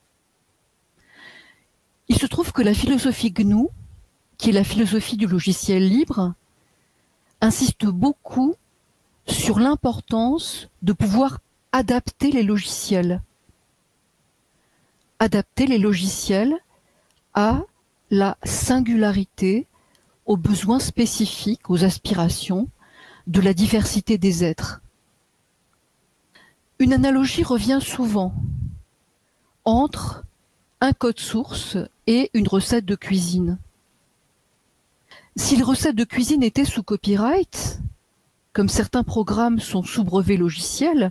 Il se trouve que la philosophie G N U, qui est la philosophie du logiciel libre, insiste beaucoup sur l'importance de pouvoir adapter les logiciels. Adapter les logiciels à la singularité, aux besoins spécifiques, aux aspirations de la diversité des êtres. Une analogie revient souvent entre un code source et une recette de cuisine. Si les recettes de cuisine étaient sous copyright, comme certains programmes sont sous brevet logiciel,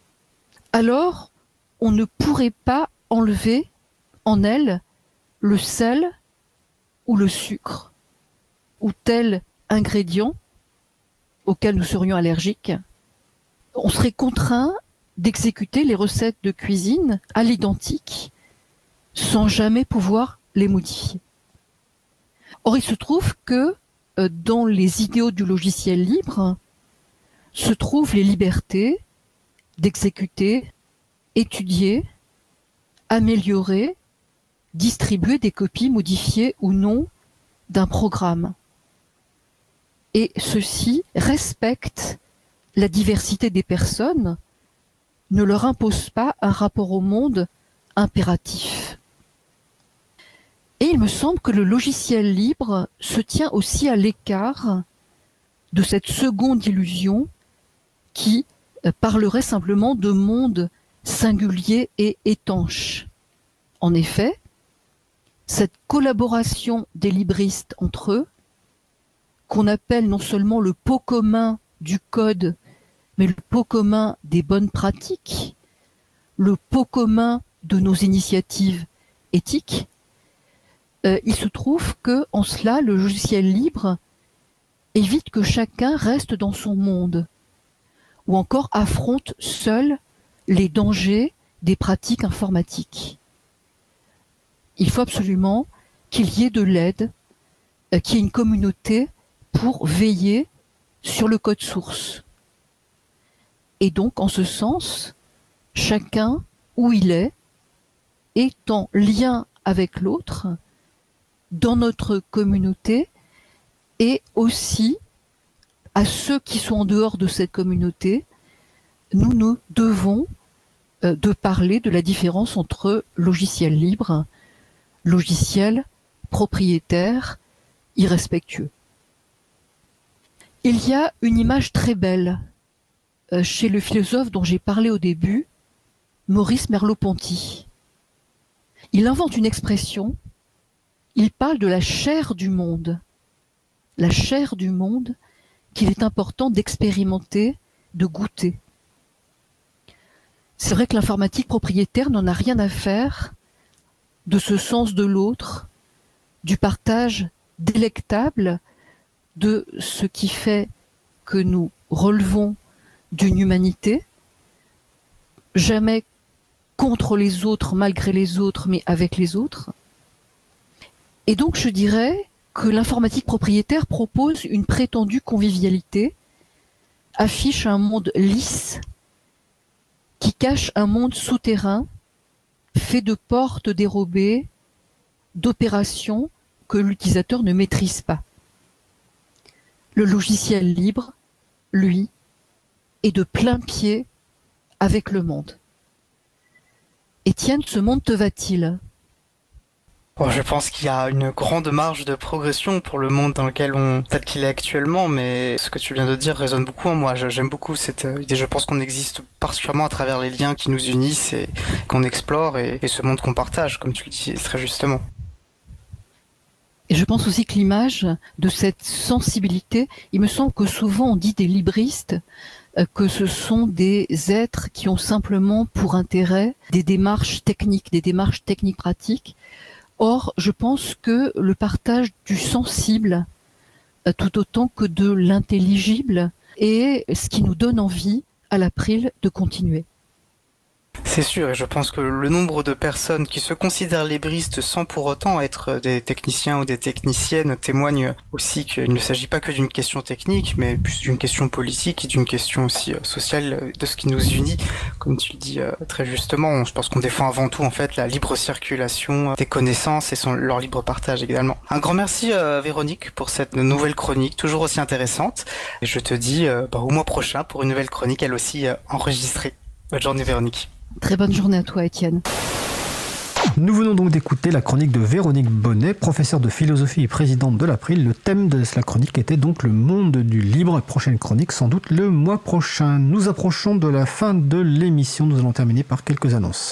alors on ne pourrait pas enlever en elles le sel ou le sucre ou tel ingrédient auquel nous serions allergiques. On serait contraint d'exécuter les recettes de cuisine à l'identique sans jamais pouvoir les modifier. Or, il se trouve que euh, dans les idéaux du logiciel libre se trouvent les libertés d'exécuter, étudier, améliorer, distribuer des copies modifiées ou non d'un programme. Et ceci respecte la diversité des personnes, ne leur impose pas un rapport au monde impératif. Et il me semble que le logiciel libre se tient aussi à l'écart de cette seconde illusion qui parlerait simplement de monde singulier et étanche. En effet, cette collaboration des libristes entre eux, qu'on appelle non seulement le pot commun du code, mais le pot commun des bonnes pratiques, le pot commun de nos initiatives éthiques, euh, il se trouve que, en cela, le logiciel libre évite que chacun reste dans son monde, ou encore affronte seul les dangers des pratiques informatiques. Il faut absolument qu'il y ait de l'aide, euh, qu'il y ait une communauté pour veiller sur le code source. Et donc, en ce sens, chacun où il est, est en lien avec l'autre, dans notre communauté, et aussi à ceux qui sont en dehors de cette communauté, nous nous devons euh, de parler de la différence entre logiciel libre, logiciel propriétaire, irrespectueux. Il y a une image très belle euh, chez le philosophe dont j'ai parlé au début, Maurice Merleau-Ponty. Il invente une expression, il parle de la chair du monde, la chair du monde qu'il est important d'expérimenter, de goûter. C'est vrai que l'informatique propriétaire n'en a rien à faire de ce sens de l'autre, du partage délectable de ce qui fait que nous relevons d'une humanité, jamais contre les autres, malgré les autres, mais avec les autres. Et donc je dirais que l'informatique propriétaire propose une prétendue convivialité, affiche un monde lisse, qui cache un monde souterrain, fait de portes dérobées, d'opérations que l'utilisateur ne maîtrise pas. Le logiciel libre, lui, est de plein pied avec le monde. Étienne, ce monde te va-t-il ? Bon, je pense qu'il y a une grande marge de progression pour le monde dans lequel on, tel qu'il est actuellement, mais ce que tu viens de dire résonne beaucoup en moi. J'aime beaucoup cette idée. Je pense qu'on existe particulièrement à travers les liens qui nous unissent et qu'on explore et, et ce monde qu'on partage, comme tu le dis très justement. Et je pense aussi que l'image de cette sensibilité, il me semble que souvent on dit des libristes euh, que ce sont des êtres qui ont simplement pour intérêt des démarches techniques, des démarches techniques pratiques. Or, je pense que le partage du sensible, euh, tout autant que de l'intelligible, est ce qui nous donne envie à l'April de continuer. C'est sûr, et je pense que le nombre de personnes qui se considèrent libristes sans pour autant être des techniciens ou des techniciennes témoigne aussi qu'il ne s'agit pas que d'une question technique, mais plus d'une question politique et d'une question aussi sociale de ce qui nous unit. Comme tu le dis très justement, je pense qu'on défend avant tout en fait la libre circulation des connaissances et son, leur libre partage également. Un grand merci euh, Véronique pour cette nouvelle chronique, toujours aussi intéressante. Et je te dis euh, bah, au mois prochain pour une nouvelle chronique, elle aussi euh, enregistrée. Bonne journée Véronique. Très bonne journée à toi, Étienne. Nous venons donc d'écouter la chronique de Véronique Bonnet, professeure de philosophie et présidente de l'April. Le thème de la chronique était donc le monde du libre. Prochaine chronique, sans doute le mois prochain. Nous approchons de la fin de l'émission. Nous allons terminer par quelques annonces.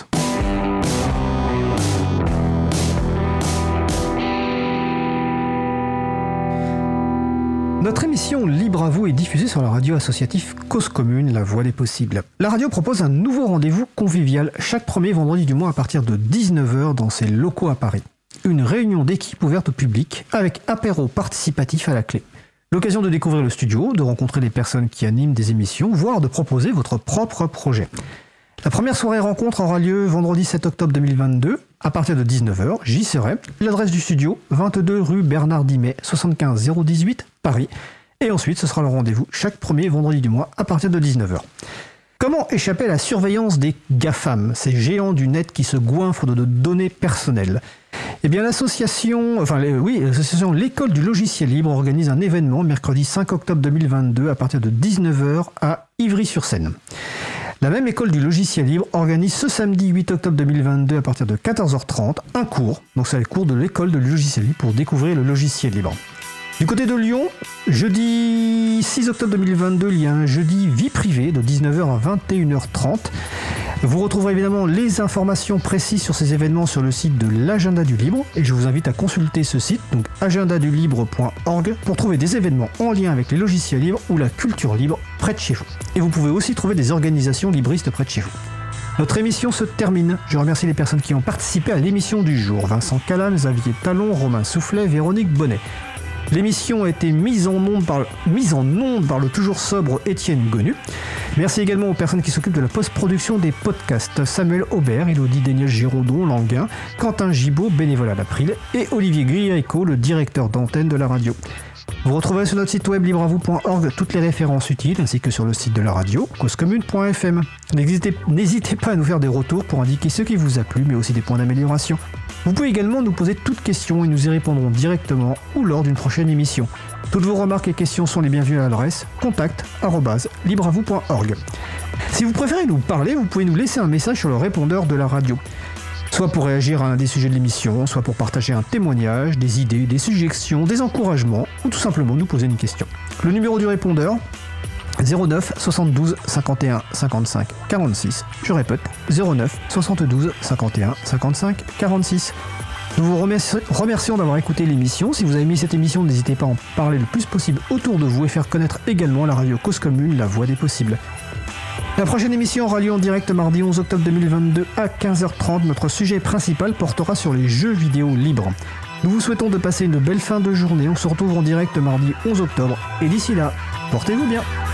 Notre émission Libre à vous est diffusée sur la radio associative Cause Commune, la voix des possibles. La radio propose un nouveau rendez-vous convivial chaque premier vendredi du mois à partir de dix-neuf heures dans ses locaux à Paris. Une réunion d'équipe ouverte au public avec apéro participatif à la clé. L'occasion de découvrir le studio, de rencontrer les personnes qui animent des émissions, voire de proposer votre propre projet. La première soirée rencontre aura lieu vendredi sept octobre deux mille vingt-deux à partir de dix-neuf heures, j'y serai. L'adresse du studio, vingt-deux rue Bernard Dimet, soixante-quinze zéro dix-huit, Paris. Et ensuite, ce sera le rendez-vous chaque premier vendredi du mois à partir de dix-neuf heures. Comment échapper à la surveillance des GAFAM, ces géants du net qui se goinfrent de, de données personnelles ? Eh bien, l'association, enfin, les, oui, l'association L'École du logiciel libre organise un événement mercredi cinq octobre deux mille vingt-deux à partir de dix-neuf heures à Ivry-sur-Seine. La même école du logiciel libre organise ce samedi huit octobre deux mille vingt-deux à partir de quatorze heures trente un cours, donc c'est le cours de l'école du logiciel libre pour découvrir le logiciel libre. Du côté de Lyon, jeudi six octobre deux mille vingt-deux, il y a un jeudi vie privée de dix-neuf heures à vingt et une heures trente. Vous retrouverez évidemment les informations précises sur ces événements sur le site de l'Agenda du Libre et je vous invite à consulter ce site, donc agenda du libre point org, pour trouver des événements en lien avec les logiciels libres ou la culture libre près de chez vous. Et vous pouvez aussi trouver des organisations libristes près de chez vous. Notre émission se termine. Je remercie les personnes qui ont participé à l'émission du jour. Vincent Callan, Xavier Talon, Romain Soufflet, Véronique Bonnet. L'émission a été mise en onde par, mise en onde par le toujours sobre Étienne Gonu. Merci également aux personnes qui s'occupent de la post-production des podcasts. Samuel Aubert, Élodie Déniel-Giraudon, Languin, Quentin Gibaud, bénévole à l'April, et Olivier Grieco, le directeur d'antenne de la radio. Vous retrouverez sur notre site web libre à vous point org toutes les références utiles, ainsi que sur le site de la radio, cause commune point f m. N'hésitez, n'hésitez pas à nous faire des retours pour indiquer ce qui vous a plu, mais aussi des points d'amélioration. Vous pouvez également nous poser toutes questions et nous y répondrons directement ou lors d'une prochaine émission. Toutes vos remarques et questions sont les bienvenues à l'adresse contact arobase libre à vous point org. Si vous préférez nous parler, vous pouvez nous laisser un message sur le répondeur de la radio. Soit pour réagir à un des sujets de l'émission, soit pour partager un témoignage, des idées, des suggestions, des encouragements, ou tout simplement nous poser une question. Le numéro du répondeur, zéro neuf soixante-douze cinquante et un cinquante-cinq quarante-six. Je répète, zéro neuf soixante-douze cinquante et un cinquante-cinq quarante-six. Nous vous remercions, remercions d'avoir écouté l'émission. Si vous avez aimé cette émission, n'hésitez pas à en parler le plus possible autour de vous et faire connaître également la radio Cause Commune, la voix des possibles. La prochaine émission aura lieu en direct mardi onze octobre deux mille vingt-deux à quinze heures trente. Notre sujet principal portera sur les jeux vidéo libres. Nous vous souhaitons de passer une belle fin de journée. On se retrouve en direct mardi onze octobre. Et d'ici là, portez-vous bien.